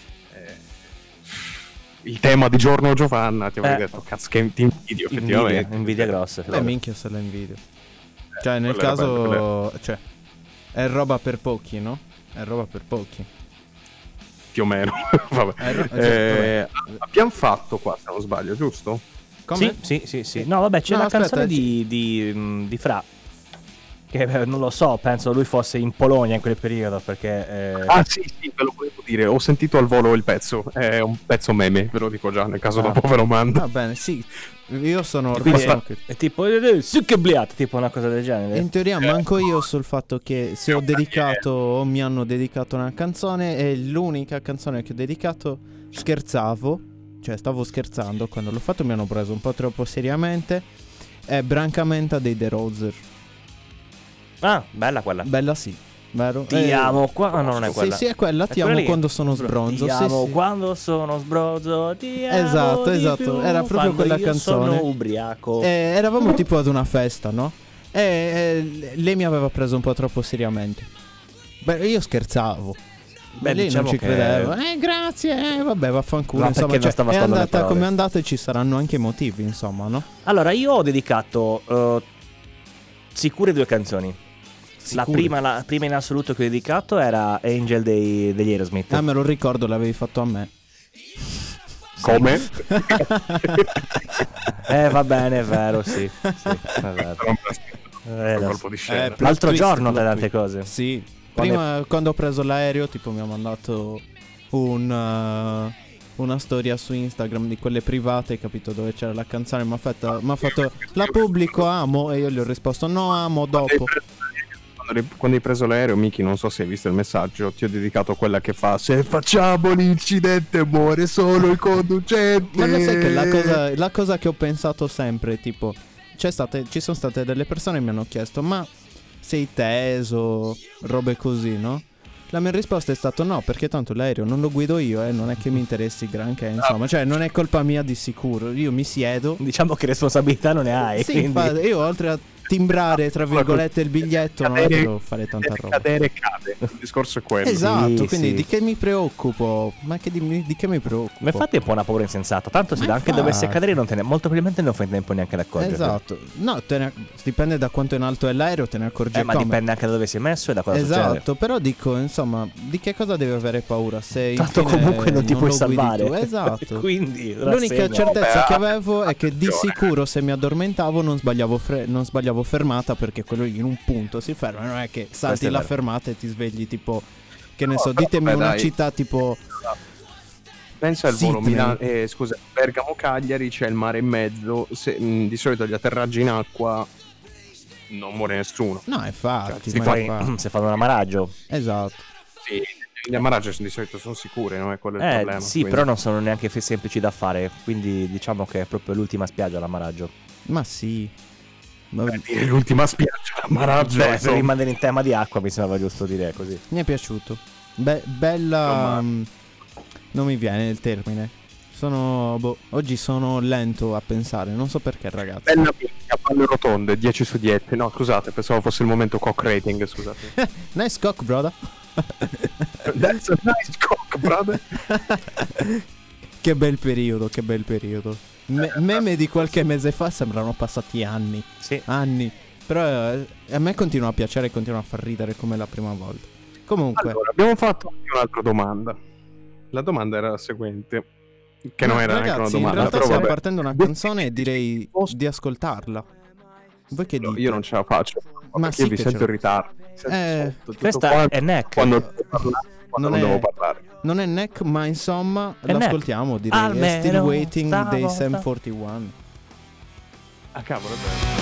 Speaker 2: il tema di Giorno Giovanna, ti avrei detto, cazzo che ti invidio effettivamente.
Speaker 4: Invidia grossa.
Speaker 3: Beh, minchia se la invidio. Cioè, nel
Speaker 2: quella era
Speaker 3: caso, cioè, è roba per pochi, no? È roba per pochi.
Speaker 2: Più o meno. Vabbè.
Speaker 3: Vabbè.
Speaker 2: Abbiamo fatto qua, se non sbaglio, giusto?
Speaker 3: Come?
Speaker 4: Sì. No, vabbè, c'è
Speaker 3: No,
Speaker 4: una
Speaker 3: aspetta,
Speaker 4: canzone di Fra. Che non lo so, penso lui fosse in Polonia in quel periodo perché...
Speaker 2: Ah sì, ve lo volevo dire, ho sentito al volo il pezzo, è un pezzo meme, ve lo dico già, nel caso dopo ve lo mando.
Speaker 3: Va bene, sì. Io sono
Speaker 4: Quindi
Speaker 3: orgoglioso
Speaker 4: è tipo succhebliat, tipo una cosa del genere.
Speaker 3: in teoria manco io sul fatto che se ho dedicato o mi hanno dedicato una canzone è l'unica canzone che ho dedicato. Scherzavo, cioè stavo scherzando quando l'ho fatto, mi hanno preso un po' troppo seriamente. È Brancamenta dei The Roser.
Speaker 4: Ah, bella quella.
Speaker 3: Bella sì, vero?
Speaker 4: Ti amo qua. No, non è quella.
Speaker 3: Sì, è quella. Ti
Speaker 4: quella
Speaker 3: amo
Speaker 4: lì.
Speaker 3: quando sono sbronzo.
Speaker 4: Ti
Speaker 3: Sì,
Speaker 4: amo
Speaker 3: sì.
Speaker 4: quando sono sbronzo. Ti amo
Speaker 3: Esatto,
Speaker 4: di
Speaker 3: esatto.
Speaker 4: più
Speaker 3: Era proprio
Speaker 4: quando
Speaker 3: quella
Speaker 4: io
Speaker 3: canzone.
Speaker 4: Sono ubriaco.
Speaker 3: Eravamo tipo ad una festa, no? E lei mi aveva preso un po' troppo seriamente. Beh, io scherzavo.
Speaker 4: Beh,
Speaker 3: lei
Speaker 4: diciamo
Speaker 3: non ci
Speaker 4: che-
Speaker 3: credeva. Grazie. Vabbè, vaffanculo.
Speaker 4: Ma
Speaker 3: Insomma,
Speaker 4: perché non stava
Speaker 3: è
Speaker 4: stando le
Speaker 3: andata
Speaker 4: parole?
Speaker 3: come è andata e ci saranno anche motivi, insomma, no?
Speaker 4: Allora, io ho dedicato sicure 2 canzoni. La
Speaker 3: Sicure.
Speaker 4: prima in assoluto che ho dedicato era Angel degli Aerosmith.
Speaker 3: Ah, me lo ricordo, l'avevi fatto a me.
Speaker 2: Come?
Speaker 4: Va bene, è vero, sì. È vero.
Speaker 2: Un
Speaker 4: Lo
Speaker 2: colpo
Speaker 4: so.
Speaker 2: di scena.
Speaker 3: plot
Speaker 4: L'altro
Speaker 3: twist,
Speaker 4: giorno
Speaker 3: plot
Speaker 4: tante
Speaker 3: twist.
Speaker 4: cose.
Speaker 3: Sì.
Speaker 4: Quando
Speaker 3: Prima, quando ho preso l'aereo, tipo mi ha mandato una storia su Instagram di quelle private, capito, dove c'era la canzone, mi ha fatto la pubblico, amo, e io gli ho risposto no, amo dopo.
Speaker 2: Quando hai preso l'aereo, Miki, non so se hai visto il messaggio, ti ho dedicato quella che fa: se facciamo l'incidente muore solo il conducente.
Speaker 3: Ma lo sai che la cosa che ho pensato sempre, tipo, ci sono state delle persone che mi hanno chiesto ma sei teso, robe così, no? La mia risposta è stata no, perché tanto l'aereo non lo guido io e non è che mi interessi granché, insomma, cioè non è colpa mia di sicuro, io mi siedo.
Speaker 4: Diciamo che responsabilità non ne hai.
Speaker 3: Sì,
Speaker 4: quindi...
Speaker 3: infatti, io oltre a timbrare tra virgolette il biglietto non è che devo fare tanta roba.
Speaker 2: Cadere cade, il discorso è quello.
Speaker 3: Esatto,
Speaker 4: Sì,
Speaker 3: quindi
Speaker 4: sì.
Speaker 3: di che mi preoccupo? Ma che di che mi preoccupo?
Speaker 4: Ma infatti è un po' una paura insensata. Tanto se
Speaker 3: Ma
Speaker 4: anche
Speaker 3: infatti.
Speaker 4: dovesse cadere molto probabilmente non fai tempo neanche ad accorgerti.
Speaker 3: Esatto. No, dipende da quanto in alto è l'aereo, te ne accorgi
Speaker 4: Ma
Speaker 3: come.
Speaker 4: dipende anche da dove sei messo e da cosa succede.
Speaker 3: Esatto, però dico, insomma, di che cosa devi avere paura se
Speaker 4: Tanto
Speaker 3: infine
Speaker 4: comunque non ti puoi
Speaker 3: lo guidi
Speaker 4: salvare.
Speaker 3: tu? Esatto.
Speaker 4: Quindi
Speaker 3: L'unica
Speaker 4: rassegna.
Speaker 3: certezza
Speaker 2: Vabbè,
Speaker 3: che avevo è che di
Speaker 2: attenzione.
Speaker 3: sicuro se mi addormentavo non sbagliavo fermata, perché quello in un punto si ferma, non è che salti
Speaker 4: Questo è
Speaker 3: la
Speaker 4: vero.
Speaker 3: fermata e ti svegli tipo, che ne so,
Speaker 2: però,
Speaker 3: ditemi
Speaker 2: vabbè,
Speaker 3: una
Speaker 2: dai.
Speaker 3: città tipo
Speaker 2: Pensa al volo
Speaker 3: Sydney.
Speaker 2: scusa, Bergamo-Cagliari, c'è il mare in mezzo, di solito gli atterraggi in acqua non muore nessuno.
Speaker 3: no, infatti,
Speaker 2: Cioè,
Speaker 3: ma
Speaker 4: Poi
Speaker 3: infatti.
Speaker 4: se fanno un amaraggio.
Speaker 3: Esatto.
Speaker 2: Sì, le amaragge di solito sono sicure, non è quello il problema.
Speaker 4: Sì,
Speaker 2: quindi-
Speaker 4: però non sono neanche semplici da fare. Quindi diciamo che è proprio l'ultima spiaggia l'amaraggio.
Speaker 3: Ma sì. Ma-
Speaker 2: Dire l'ultima spiaggia, l'amaraggio.
Speaker 4: Beh, per
Speaker 2: insomma.
Speaker 4: rimanere in tema di acqua mi sembrava giusto dire così.
Speaker 3: Mi è piaciuto. Bella. Non mi viene il termine. Oggi sono lento a pensare. Non so perché, ragazzi.
Speaker 2: Bella minchia, palle rotonde, 10 su 10. No, scusate, pensavo fosse il momento cock rating, scusate.
Speaker 3: Nice cock, brother.
Speaker 2: That's a nice cock, brother.
Speaker 3: Che bel periodo, che bel periodo. Meme di qualche mese fa sembrano passati anni.
Speaker 4: Sì.
Speaker 3: Anni. Però a me continua a piacere e continua a far ridere come la prima volta. Comunque.
Speaker 2: Allora, abbiamo fatto anche un'altra domanda. La domanda era la seguente. Che non era neanche una
Speaker 3: ragazzi, in
Speaker 2: domanda,
Speaker 3: realtà
Speaker 2: però
Speaker 3: stiamo
Speaker 2: vabbè.
Speaker 3: partendo una canzone e direi di ascoltarla. Voi che dite?
Speaker 2: Io non ce la faccio.
Speaker 3: Ma
Speaker 2: Perché
Speaker 3: sì
Speaker 2: io vi
Speaker 3: che
Speaker 2: sento
Speaker 3: ce
Speaker 2: in ritardo.
Speaker 3: Eh,
Speaker 2: Tutto
Speaker 4: Questa
Speaker 2: quanto.
Speaker 4: è Neck.
Speaker 2: Quando quando non devo parlare.
Speaker 3: Non è Neck, ma insomma
Speaker 4: È
Speaker 3: l'ascoltiamo, direi. È
Speaker 4: Almeno
Speaker 3: Still Waiting dei
Speaker 4: stavolta.
Speaker 3: Sam 41.
Speaker 2: Ah, cavolo, è vero.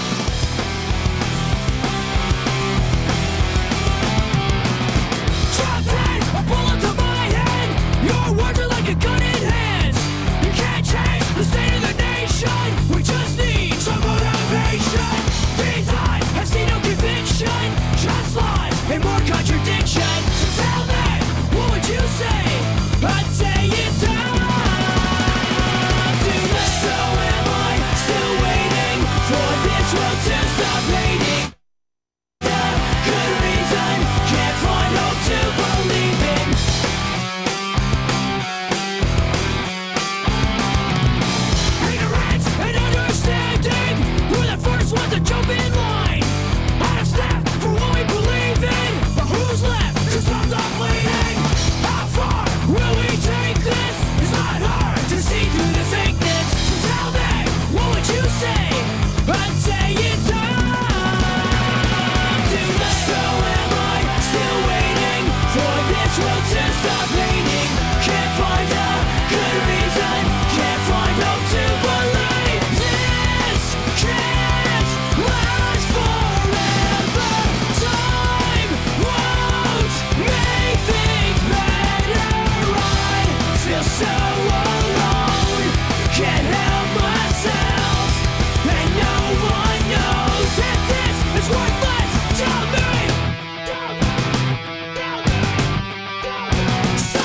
Speaker 5: A bullet to my head. Your words are like a gun in hand. You can't change the state of the nation. We just need some motivation. These eyes have seen no conviction. Just lies and more contradiction. So tell me, what would you say? I'd say it's time to live. So am I still waiting for this world to stop hating? The good reason can't find hope to believe in. Ignorance and understanding, we're the first ones to jump in line. Out of step for what we believe in, but who's left to stop the bleeding? How far will we take this? It's not hard to see through the fakeness. So tell me, what would you say? I'd say it's time to live. So am I still waiting for this world to stop hating? Can't find a good reason, can't find hope to believe. This can't last forever. Time won't make things better. I feel so alone, can't help myself, and no one knows that this is worthless to me. So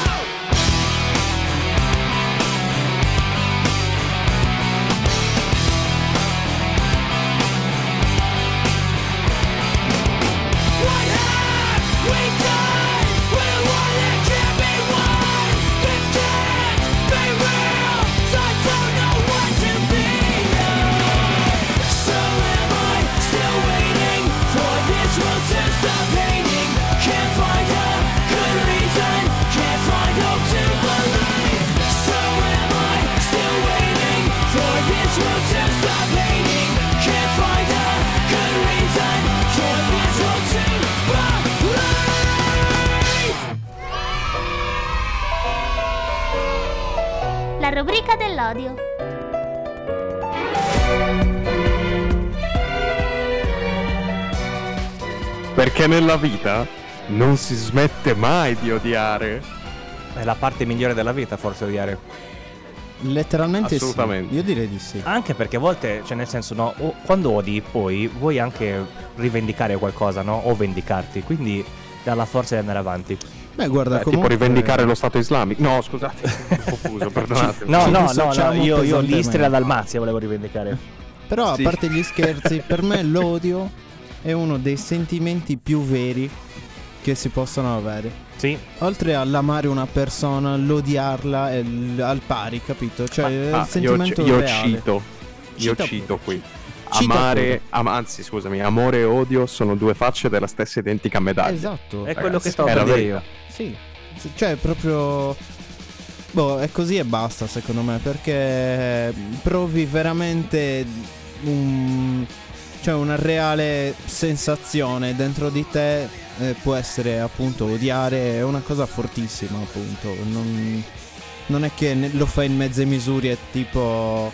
Speaker 5: what have we done with a war that can't be won? This can't be real, so I don't know what to feel. So am I still waiting for this world to stop hating? Can't find a good reason, can't find hope to believe. So am I still waiting for this world to stop hating? Can't find a good reason for this world to believe.
Speaker 6: La rubrica dell'odio.
Speaker 2: Perché nella vita non si smette mai di odiare.
Speaker 4: È la parte migliore della vita, forse, odiare.
Speaker 3: Letteralmente
Speaker 2: Assolutamente.
Speaker 3: sì. Io direi di sì.
Speaker 4: Anche perché a volte, cioè nel senso, no, quando odi poi vuoi anche rivendicare qualcosa, no? O vendicarti, quindi dà la forza di andare avanti.
Speaker 3: Beh, guarda,
Speaker 2: Tipo
Speaker 3: comunque
Speaker 2: rivendicare lo Stato islamico. No, scusate, ho confuso, perdonate.
Speaker 4: No,
Speaker 3: Ci
Speaker 4: no, no,
Speaker 3: dissociamo
Speaker 4: io
Speaker 3: pesantemente.
Speaker 4: l'Istria e la Dalmazia volevo rivendicare.
Speaker 3: Però a
Speaker 2: Sì.
Speaker 3: parte gli scherzi, per me l'odio è uno dei sentimenti più veri che si possono avere.
Speaker 4: Sì.
Speaker 3: Oltre all'amare una persona, l'odiarla è al pari, capito? Cioè è il
Speaker 2: Ah,
Speaker 3: sentimento
Speaker 2: io
Speaker 3: reale.
Speaker 2: cito
Speaker 3: Cita
Speaker 2: cito
Speaker 3: pure.
Speaker 2: qui.
Speaker 3: Cita
Speaker 2: Amare, anzi, scusami, amore e odio sono due facce della stessa identica medaglia.
Speaker 3: Esatto.
Speaker 4: È quello
Speaker 2: Ragazzi,
Speaker 4: che stavo
Speaker 2: è
Speaker 4: per
Speaker 2: la
Speaker 4: dire
Speaker 2: verità.
Speaker 4: io.
Speaker 3: Sì. Cioè proprio boh, è così e basta secondo me, perché provi veramente cioè una reale sensazione dentro di te. Può essere appunto odiare, è una cosa fortissima appunto. Non è che lo fai in mezze misure, tipo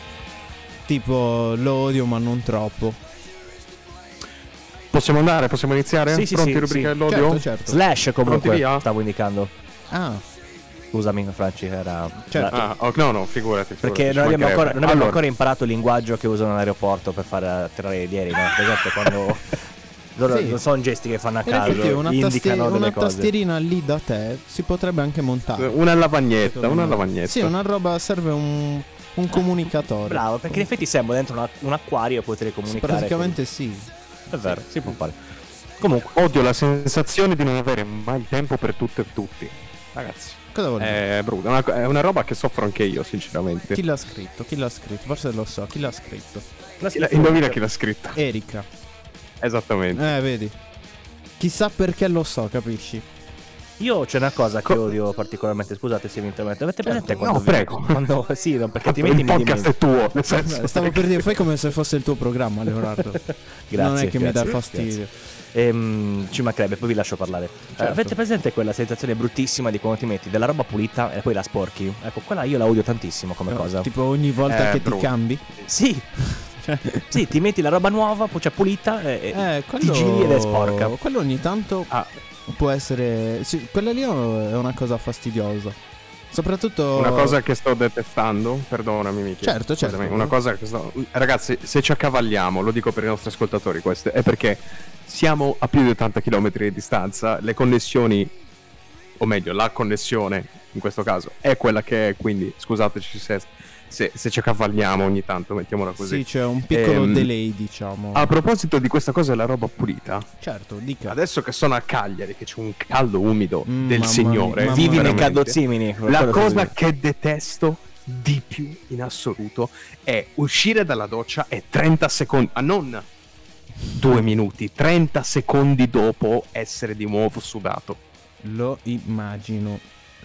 Speaker 3: lo odio ma non troppo.
Speaker 2: Possiamo andare? Possiamo iniziare?
Speaker 4: Sì, sì,
Speaker 2: Pronti,
Speaker 4: sì,
Speaker 2: rubrica
Speaker 4: sì.
Speaker 2: dell'odio?
Speaker 3: Certo, certo.
Speaker 4: Slash comunque
Speaker 2: Pronti via?
Speaker 4: stavo indicando.
Speaker 3: Ah,
Speaker 4: Scusami, Franci, era...
Speaker 3: certo.
Speaker 2: Ah, no, figurati.
Speaker 4: Perché
Speaker 2: ci
Speaker 4: non abbiamo
Speaker 2: mancherebbe.
Speaker 4: ancora imparato il linguaggio che usano all'aeroporto per fare atterrare gli aerei, no? Per esempio quando... loro
Speaker 3: Sì.
Speaker 4: non sono gesti che fanno a
Speaker 3: In
Speaker 4: caso,
Speaker 3: effetti
Speaker 4: indicano delle
Speaker 3: una
Speaker 4: cose.
Speaker 3: tastierina lì da te si potrebbe anche montare.
Speaker 2: Una lavagnetta,
Speaker 3: Secondo
Speaker 2: una
Speaker 3: me.
Speaker 2: lavagnetta.
Speaker 3: Sì, una roba, serve un comunicatore.
Speaker 4: Bravo, perché in effetti siamo dentro un acquario e potrei comunicare.
Speaker 3: Praticamente sì.
Speaker 4: È vero, si può fare. Comunque,
Speaker 2: Odio la sensazione di non avere mai tempo per tutto e tutti. Ragazzi,
Speaker 3: Cosa vuol dire?
Speaker 2: è brutta, è una roba che soffro anche io, sinceramente.
Speaker 3: Chi l'ha scritto? Chi l'ha scritto? Forse lo so, chi l'ha scritto?
Speaker 2: Indovina chi l'ha scritto.
Speaker 3: Erika.
Speaker 2: Esattamente.
Speaker 3: Vedi. Chissà perché lo so, capisci?
Speaker 4: Io c'è una cosa che odio particolarmente, scusate se mi interrompo. Avete presente quando
Speaker 2: No, prego.
Speaker 4: quando sì, no, perché altrimenti
Speaker 2: Il
Speaker 4: mi
Speaker 2: podcast
Speaker 4: dimentico.
Speaker 2: è tuo, nel senso.
Speaker 3: Stavo per dire, fai come se fosse il tuo programma, Leonardo. Non è che mi dà
Speaker 4: grazie,
Speaker 3: fastidio.
Speaker 4: Ci mancherebbe, poi vi lascio parlare. Avete presente quella sensazione bruttissima di quando ti metti della roba pulita e poi la sporchi? Ecco, quella io la odio tantissimo come cosa.
Speaker 3: Tipo ogni volta che ti
Speaker 2: brutto.
Speaker 3: cambi.
Speaker 4: Sì. Sì, ti metti la roba nuova, poi c'è pulita e ti giri ed è sporca.
Speaker 3: Quello ogni tanto può essere. Sì, quella lì è una cosa fastidiosa. Soprattutto.
Speaker 2: Una cosa che sto detestando, perdonami Miki.
Speaker 3: Certo,
Speaker 2: Scusami,
Speaker 3: certo.
Speaker 2: Una cosa che sto. Ragazzi, se ci accavalliamo, lo dico per i nostri ascoltatori, questo è perché siamo a più di 80 km di distanza, le connessioni, o meglio, la connessione in questo caso è quella che è, quindi scusateci se ci accavalliamo ogni tanto, mettiamola così.
Speaker 3: Sì, c'è un piccolo
Speaker 2: Ehm,
Speaker 3: delay, diciamo.
Speaker 2: A proposito di questa cosa della roba pulita,
Speaker 3: Certo, dica.
Speaker 2: adesso che sono a Cagliari, che c'è un caldo umido del
Speaker 3: mamma
Speaker 2: Signore,
Speaker 3: mia,
Speaker 4: Vivi nei
Speaker 2: veramente,
Speaker 4: caldozzimini.
Speaker 2: la
Speaker 4: quello
Speaker 2: cosa
Speaker 4: sì.
Speaker 2: che detesto di più in assoluto è uscire dalla doccia e 30 secondi, non 2 minuti, 30 secondi dopo essere di nuovo sudato.
Speaker 3: Lo immagino.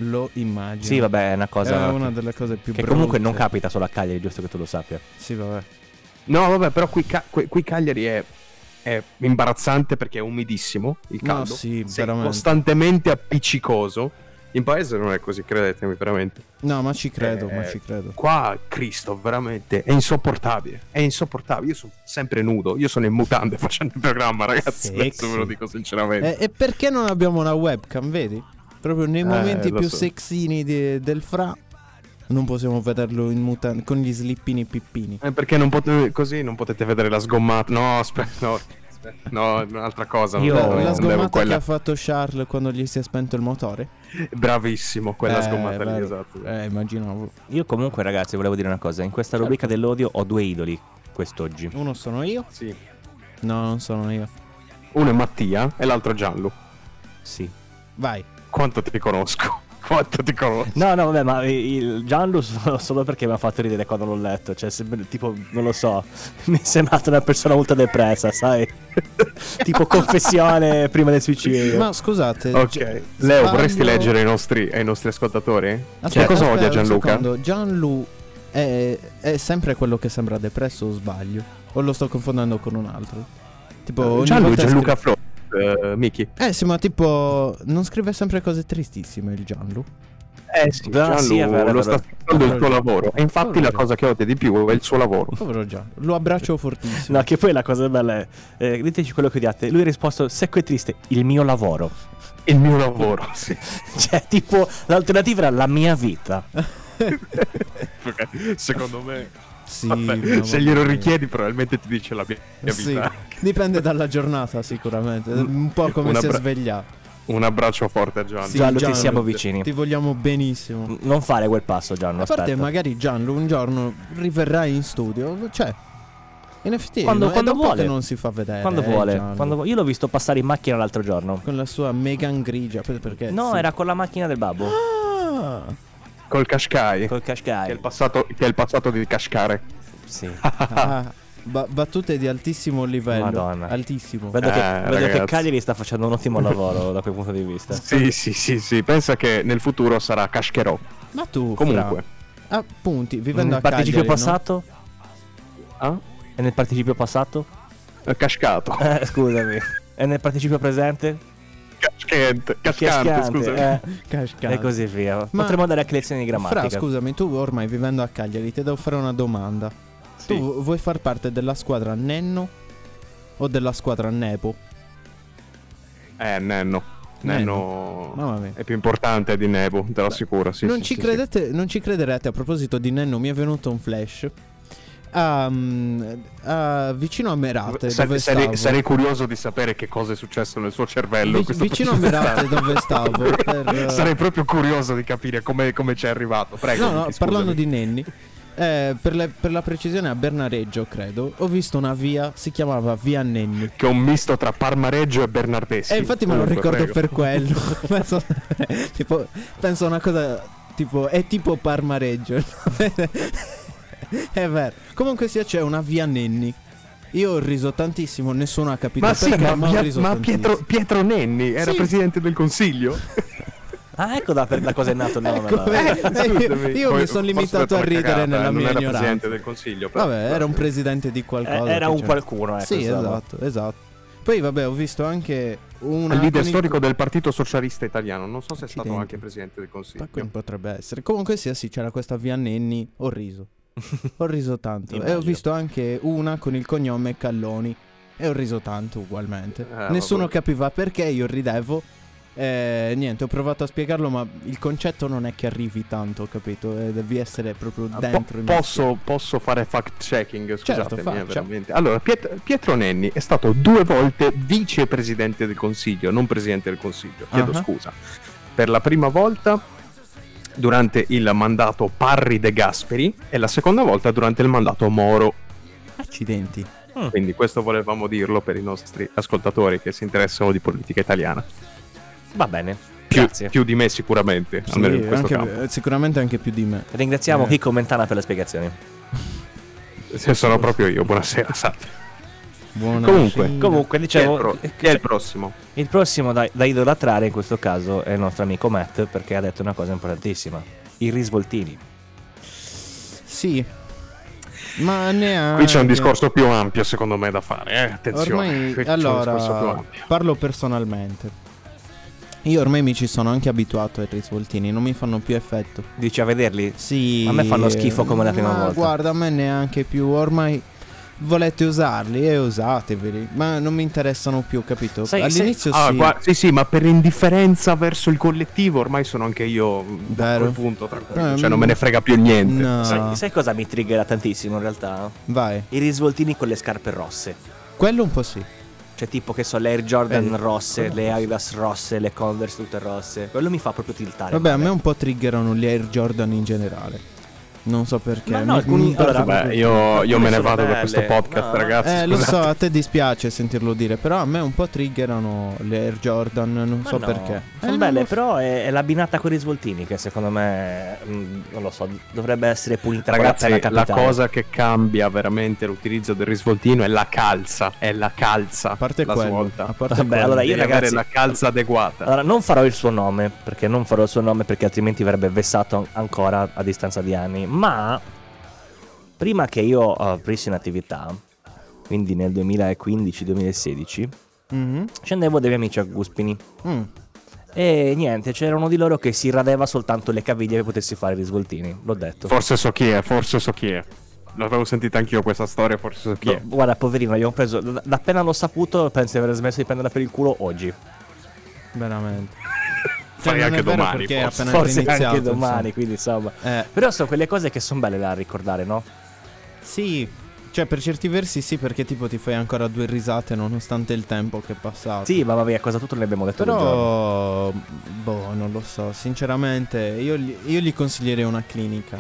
Speaker 4: Sì, vabbè, è una cosa
Speaker 3: È una delle cose più
Speaker 4: che
Speaker 3: brutte.
Speaker 4: comunque non capita solo a Cagliari, giusto che tu lo sappia.
Speaker 3: Sì, vabbè.
Speaker 2: No, vabbè, però qui Cagliari è imbarazzante perché è umidissimo il
Speaker 3: No,
Speaker 2: caldo.
Speaker 3: sì,
Speaker 2: sei
Speaker 3: veramente.
Speaker 2: costantemente appiccicoso. In paese non è così, credetemi, veramente.
Speaker 3: No, ma ci credo,
Speaker 2: Eh,
Speaker 3: ma ci credo.
Speaker 2: Qua, Cristo, veramente è insopportabile. È insopportabile. Io sono sempre nudo. Io sono in mutande facendo il programma, ragazzi.
Speaker 3: Sexy.
Speaker 2: Adesso ve lo dico sinceramente.
Speaker 3: E perché non abbiamo una webcam, vedi? Proprio nei momenti
Speaker 2: lo
Speaker 3: più
Speaker 2: so.
Speaker 3: sexini del fra non possiamo vederlo in mutande con gli slippini pippini.
Speaker 2: Perché così non potete vedere la sgommata. No, aspetta, no, un'altra cosa.
Speaker 4: Io-
Speaker 2: non
Speaker 3: La
Speaker 2: intendevo
Speaker 3: sgommata
Speaker 2: quella.
Speaker 3: che ha fatto Charles quando gli si è spento il motore?
Speaker 2: Bravissimo, quella sgommata lì,
Speaker 3: vero.
Speaker 2: esatto.
Speaker 3: Immaginavo.
Speaker 4: Io comunque, ragazzi, volevo dire una cosa. In questa rubrica dell'odio ho 2 idoli quest'oggi.
Speaker 3: Uno sono io?
Speaker 2: Sì.
Speaker 3: No, non sono io.
Speaker 2: Uno è Mattia e l'altro è Gianlu.
Speaker 4: Sì.
Speaker 3: Vai.
Speaker 2: Quanto ti conosco? Quanto ti conosco?
Speaker 4: No, vabbè, ma il Gianlu solo perché mi ha fatto ridere quando l'ho letto. Cioè, tipo, non lo so, mi è sembrata una persona molto depressa, sai? Tipo confessione prima del suicidio.
Speaker 3: Ma scusate.
Speaker 2: Ok. Leo,
Speaker 3: sbaglio-
Speaker 2: vorresti leggere ai nostri ascoltatori?
Speaker 3: Aspetta,
Speaker 2: Che cosa
Speaker 3: aspetta
Speaker 2: odia
Speaker 3: un
Speaker 2: Gianluca?
Speaker 3: secondo. Gianlu è sempre quello che sembra depresso o sbaglio? O lo sto confondendo con un altro? Tipo ogni
Speaker 2: Gianlu è
Speaker 3: volta
Speaker 2: Gianluca Flo. Miki.
Speaker 3: sì, ma tipo non scrive sempre cose tristissime il Gianlu?
Speaker 2: Sì,
Speaker 4: Ah, sì, è vero, è
Speaker 2: lo
Speaker 4: vero.
Speaker 2: sta aspettando il suo lavoro. E infatti la cosa che odia di più è il suo lavoro.
Speaker 3: Povero Gianlu. Lo abbraccio fortissimo.
Speaker 4: No, che poi la cosa bella è diteci quello che odiate. Lui ha risposto secco e triste, il mio lavoro.
Speaker 2: Il mio lavoro, sì.
Speaker 4: Cioè, tipo, l'alternativa era la mia vita.
Speaker 2: Secondo me,
Speaker 3: Sì,
Speaker 2: vabbè,
Speaker 3: mamma
Speaker 2: se glielo
Speaker 3: mia.
Speaker 2: richiedi, probabilmente ti dice la mia
Speaker 3: Sì,
Speaker 2: vita.
Speaker 3: dipende dalla giornata sicuramente. Un po' come
Speaker 2: Una
Speaker 3: si è
Speaker 2: bra-
Speaker 3: svegliato.
Speaker 2: Un abbraccio forte a Gianlu.
Speaker 3: Sì,
Speaker 4: Gianlu, ti
Speaker 3: Gianlu,
Speaker 4: siamo vicini.
Speaker 3: Ti vogliamo benissimo.
Speaker 4: Non fare quel passo, Gianlu,
Speaker 3: A parte
Speaker 4: aspetta.
Speaker 3: magari Gianlu un giorno riverrà in studio. Cioè, in effetti
Speaker 4: Quando
Speaker 3: è da un po'
Speaker 4: vuole.
Speaker 3: che non si fa vedere.
Speaker 4: Quando vuole,
Speaker 3: Gianlu.
Speaker 4: quando vuole. Io l'ho visto passare in macchina l'altro giorno.
Speaker 3: Con la sua Megan grigia. Perché
Speaker 4: No,
Speaker 3: sì.
Speaker 4: era con la macchina del babbo.
Speaker 3: Ah,
Speaker 2: Col Qashqai.
Speaker 4: Col
Speaker 2: Che è
Speaker 4: Qashqai.
Speaker 2: il passato di Kashkare.
Speaker 4: Sì.
Speaker 3: battute di altissimo livello.
Speaker 4: Madonna.
Speaker 3: Altissimo.
Speaker 4: Vedo che
Speaker 2: ragazzi.
Speaker 4: Cagliari sta facendo un ottimo lavoro da quel punto di vista.
Speaker 2: Sì. Pensa che nel futuro sarà Kashkero.
Speaker 3: Ma tu,
Speaker 2: Comunque.
Speaker 3: Fra, appunti, vivendo
Speaker 4: Nel
Speaker 3: a
Speaker 4: participio
Speaker 3: Cagliari, no?
Speaker 4: passato?
Speaker 2: Ah?
Speaker 4: E nel participio passato?
Speaker 2: Cascato.
Speaker 4: Scusami. E nel participio presente?
Speaker 2: Cascante,
Speaker 4: Cascante,
Speaker 2: scusa.
Speaker 3: Cascante.
Speaker 4: E così via.
Speaker 3: Ma-
Speaker 4: Potremmo andare a lezioni di
Speaker 3: Fra,
Speaker 4: grammatica.
Speaker 3: scusami, tu ormai vivendo a Cagliari ti devo fare una domanda.
Speaker 2: Sì.
Speaker 3: Tu vuoi far parte della squadra Nenno o della squadra Nepo?
Speaker 2: Nenno.
Speaker 3: Mamma mia.
Speaker 2: È più importante di Nebo, te lo assicuro. Sì,
Speaker 3: non
Speaker 2: sì,
Speaker 3: ci
Speaker 2: sì,
Speaker 3: credete, non ci crederete, a proposito di Nenno mi è venuto un flash. Vicino a Merate,
Speaker 2: sì.
Speaker 3: dove stavo.
Speaker 2: Sarei curioso di sapere che cosa è successo nel suo cervello. in questo
Speaker 3: Vicino a
Speaker 2: preciso
Speaker 3: Merate,
Speaker 2: istante.
Speaker 3: dove stavo.
Speaker 2: Sarei proprio curioso di capire come ci è arrivato. Prego.
Speaker 3: No,
Speaker 2: Miki,
Speaker 3: parlando
Speaker 2: scusami.
Speaker 3: di Nenni. Per la precisione a Bernareggio, credo, ho visto una via, si chiamava Via Nenni.
Speaker 2: Che è un misto tra Parmareggio e Bernardeschi.
Speaker 3: E infatti me lo
Speaker 2: Comunque,
Speaker 3: ricordo
Speaker 2: prego.
Speaker 3: per quello. penso a una cosa tipo, è tipo Parmareggio. È vero. Comunque sia, c'è una Via Nenni. Io ho riso tantissimo, nessuno ha capito
Speaker 2: Ma sì,
Speaker 3: perché,
Speaker 2: ma,
Speaker 3: ho riso
Speaker 2: ma
Speaker 3: tantissimo.
Speaker 2: Pietro Nenni era
Speaker 3: Sì.
Speaker 2: presidente del consiglio.
Speaker 4: Ah, ecco da cosa è nato il nome.
Speaker 3: Ecco,
Speaker 4: allora.
Speaker 3: io mi sono limitato a ridere nella
Speaker 2: non
Speaker 3: mia
Speaker 2: era
Speaker 3: ignoranza.
Speaker 2: presidente del consiglio. però-
Speaker 3: Vabbè, era un presidente di qualcosa.
Speaker 4: Era
Speaker 3: che
Speaker 4: un
Speaker 3: c'era.
Speaker 4: qualcuno, ecco.
Speaker 3: Sì,
Speaker 4: insomma.
Speaker 3: esatto. Poi vabbè, ho visto anche una
Speaker 2: Il leader
Speaker 3: con
Speaker 2: storico del Partito Socialista Italiano. Non so se è stato
Speaker 3: Accidenti.
Speaker 2: anche presidente del Consiglio.
Speaker 3: Potrebbe essere. Comunque sia, sì, c'era questa via Nenni. Ho riso. Ho riso tanto. E ho
Speaker 4: Immagino.
Speaker 3: visto anche una con il cognome Calloni. E ho riso tanto ugualmente.
Speaker 2: Ah,
Speaker 3: Nessuno
Speaker 2: vabbè.
Speaker 3: capiva perché io ridevo. Niente, ho provato a spiegarlo, ma il concetto non è che arrivi tanto, capito? Devi essere proprio dentro.
Speaker 2: Posso fare fact checking?
Speaker 3: Certo,
Speaker 2: Scusatemi,
Speaker 3: faccia.
Speaker 2: veramente. Allora, Pietro Nenni è stato 2 volte vicepresidente del Consiglio, non presidente del Consiglio. Chiedo
Speaker 3: Ah.
Speaker 2: scusa. Per la prima volta durante il mandato Parri De Gasperi e la seconda volta durante il mandato Moro.
Speaker 3: Accidenti.
Speaker 2: Quindi questo volevamo dirlo per i nostri ascoltatori che si interessano di politica italiana.
Speaker 4: Va bene.
Speaker 2: Più,
Speaker 4: Grazie.
Speaker 2: più di me sicuramente, almeno in questo campo.
Speaker 3: Sicuramente anche più di me.
Speaker 4: Ringraziamo Chicco Mentana per le spiegazioni.
Speaker 2: Se sono proprio io, buonasera, salve.
Speaker 3: Buona
Speaker 2: Comunque,
Speaker 3: scena.
Speaker 4: Comunque,
Speaker 2: Chi è il,
Speaker 4: dicevo,
Speaker 2: chi è il prossimo?
Speaker 4: il prossimo da idolatrare in questo caso è il nostro amico Matt, perché ha detto una cosa importantissima: i risvoltini.
Speaker 3: Sì. Ma neanche.
Speaker 2: Qui c'è un discorso più ampio secondo me da fare, attenzione.
Speaker 3: Ormai,
Speaker 2: Qui c'è un discorso più
Speaker 3: allora,
Speaker 2: ampio.
Speaker 3: parlo personalmente. Io ormai mi ci sono anche abituato ai risvoltini, non mi fanno più effetto.
Speaker 4: Dici a vederli?
Speaker 3: Sì.
Speaker 4: A me fanno schifo come la prima
Speaker 3: ma
Speaker 4: volta.
Speaker 3: Guarda, a me neanche più. Ormai volete usarli e usateveli. Ma non mi interessano più, capito?
Speaker 4: Sai-
Speaker 3: All'inizio
Speaker 2: Sì, ma per indifferenza verso il collettivo ormai sono anche io a
Speaker 3: Vero.
Speaker 2: quel punto tranquillo,
Speaker 3: Eh,
Speaker 2: cioè non me ne frega più niente.
Speaker 3: No.
Speaker 4: Sai cosa mi triggera tantissimo in realtà?
Speaker 3: Vai.
Speaker 4: I risvoltini con le scarpe rosse.
Speaker 3: Quello un po' sì.
Speaker 4: Cioè tipo che so, le Air Jordan rosse, le Adidas rosse, le Converse tutte rosse. Quello mi fa proprio tiltare.
Speaker 3: Vabbè, a
Speaker 4: male.
Speaker 3: me un po' triggerano gli Air Jordan in generale. Non so perché.
Speaker 4: Ma no, alcuni-
Speaker 3: dà
Speaker 4: allora,
Speaker 3: proprio-
Speaker 2: Vabbè, io me ne
Speaker 4: sono
Speaker 2: vado da
Speaker 4: belle.
Speaker 2: questo podcast,
Speaker 4: No.
Speaker 2: ragazzi.
Speaker 3: Lo so,
Speaker 2: scusate.
Speaker 3: a te dispiace sentirlo dire, però a me un po' triggerano le Air Jordan, non
Speaker 4: Ma
Speaker 3: so
Speaker 4: no,
Speaker 3: perché.
Speaker 4: Sono
Speaker 3: Non
Speaker 4: belle,
Speaker 3: lo so.
Speaker 4: però è l'abbinata con i risvoltini che secondo me, non lo so, dovrebbe essere punita con
Speaker 2: Ragazzi,
Speaker 4: la pena
Speaker 2: la
Speaker 4: capitale.
Speaker 2: cosa che cambia veramente l'utilizzo del risvoltino è la calza. È la calza.
Speaker 3: A parte
Speaker 2: la
Speaker 3: quello,
Speaker 2: svolta.
Speaker 3: a parte
Speaker 4: Vabbè,
Speaker 3: quello.
Speaker 4: allora io
Speaker 2: Devi avere
Speaker 4: ragazzi,
Speaker 2: la calza adeguata.
Speaker 4: allora non farò il suo nome, perché altrimenti verrebbe vessato ancora a distanza di anni, ma prima che io aprissi un'attività, quindi nel 2015-2016,
Speaker 3: Mhm.
Speaker 4: scendevo dai miei amici a Guspini.
Speaker 3: Mm.
Speaker 4: E niente, c'era uno di loro che si radeva soltanto le caviglie per potersi fare i risvoltini. L'ho detto.
Speaker 2: Forse so chi è. L'avevo sentita anch'io questa storia, forse so chi è.
Speaker 4: No, guarda, poverino, io ho preso. Da appena l'ho saputo, penso di aver smesso di prenderla per il culo oggi.
Speaker 3: Veramente.
Speaker 2: Farei
Speaker 3: non
Speaker 2: anche
Speaker 3: è vero
Speaker 2: domani,
Speaker 3: perché è
Speaker 2: forse.
Speaker 3: appena
Speaker 4: Forse
Speaker 3: iniziato,
Speaker 4: anche domani,
Speaker 3: insomma.
Speaker 4: quindi insomma.
Speaker 3: Eh,
Speaker 4: Però sono quelle cose che sono belle da ricordare, no?
Speaker 3: sì, cioè per certi versi sì, perché tipo ti fai ancora 2 risate nonostante il tempo che è passato.
Speaker 4: Sì, ma vabbè, cosa tutto ne abbiamo detto quel giorno.
Speaker 3: Però, boh, non lo so, sinceramente io gli consiglierei una clinica.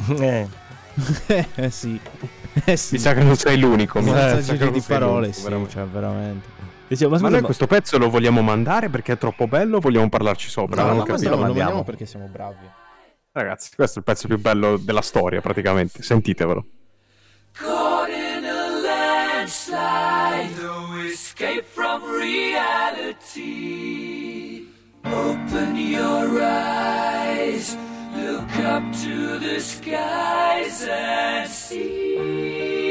Speaker 3: Sì. Sì.
Speaker 2: Mi sa che non sei l'unico. mi
Speaker 3: Senza
Speaker 2: sa che
Speaker 3: giri
Speaker 2: non
Speaker 3: di
Speaker 2: sei
Speaker 3: parole,
Speaker 2: l'unico,
Speaker 3: sì,
Speaker 2: veramente.
Speaker 3: cioè veramente.
Speaker 4: Dicevo, ma
Speaker 2: Ma
Speaker 4: scusa,
Speaker 2: noi
Speaker 4: ma-
Speaker 2: questo pezzo lo vogliamo mandare perché è troppo bello o vogliamo parlarci sopra?
Speaker 4: No,
Speaker 2: Non ho
Speaker 4: no,
Speaker 2: capito.
Speaker 4: lo
Speaker 3: lo
Speaker 4: mandiamo.
Speaker 3: mandiamo perché siamo bravi.
Speaker 2: Ragazzi, questo è il pezzo più bello della storia praticamente. Sentitevelo.
Speaker 5: Caught in a landslide, no escape from reality. Open your eyes, look up to the skies and see.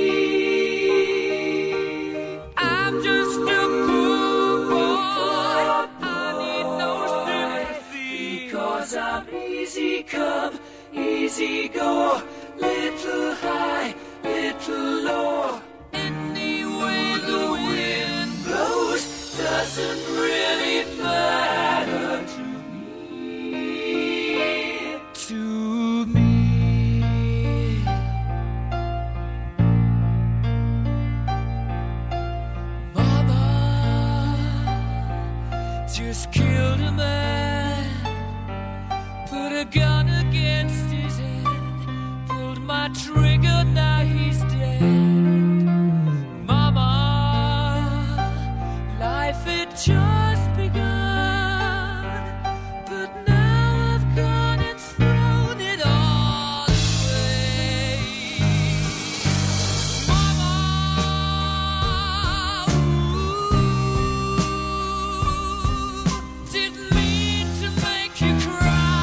Speaker 5: I'm just a poor boy, I need no sympathy, because I'm easy come, easy go, little high, little low. Any way the wind blows doesn't really matter to me. To me. Mama just killed a man, put a gun against his head, pulled my trigger, now he's dead. Mama, life had just begun, but now I've gone and thrown it all away. Mama, ooh, didn't mean to make you cry.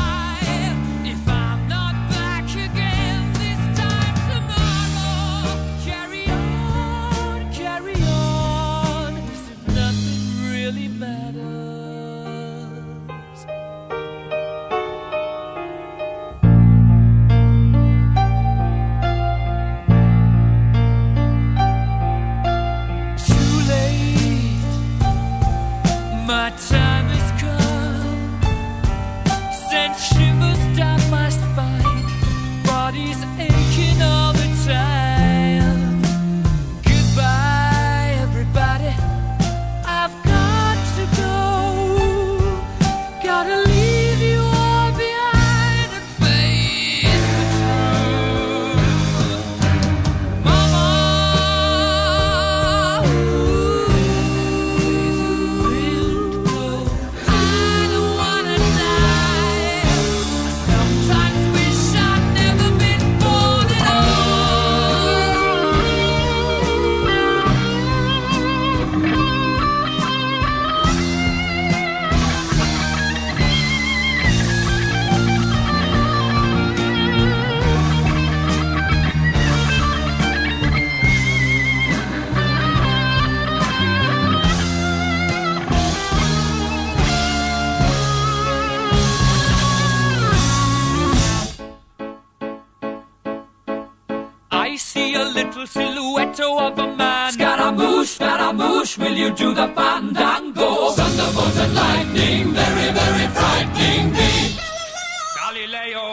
Speaker 5: motto of a man. Scaramouche, will you do the fandango? Thunderbolt and lightning, very, very frightening me. Galileo,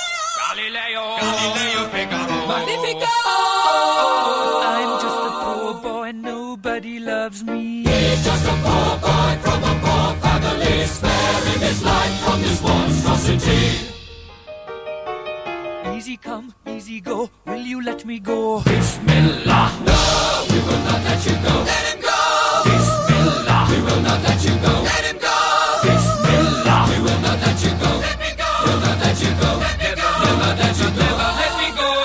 Speaker 5: Figaro. Magnifico! I'm just a poor boy, nobody loves me. He's just a poor boy from a poor family, sparing his life from this monstrosity. Easy come, easy go, will you let me go? Bismillah, no, we will not let you go. Let him go! Bismillah, we will not let you go. Let him go! Bismillah, we will not let you go. Let me go! We'll not let you go. Let me go! We'll not let you go. Never let me go.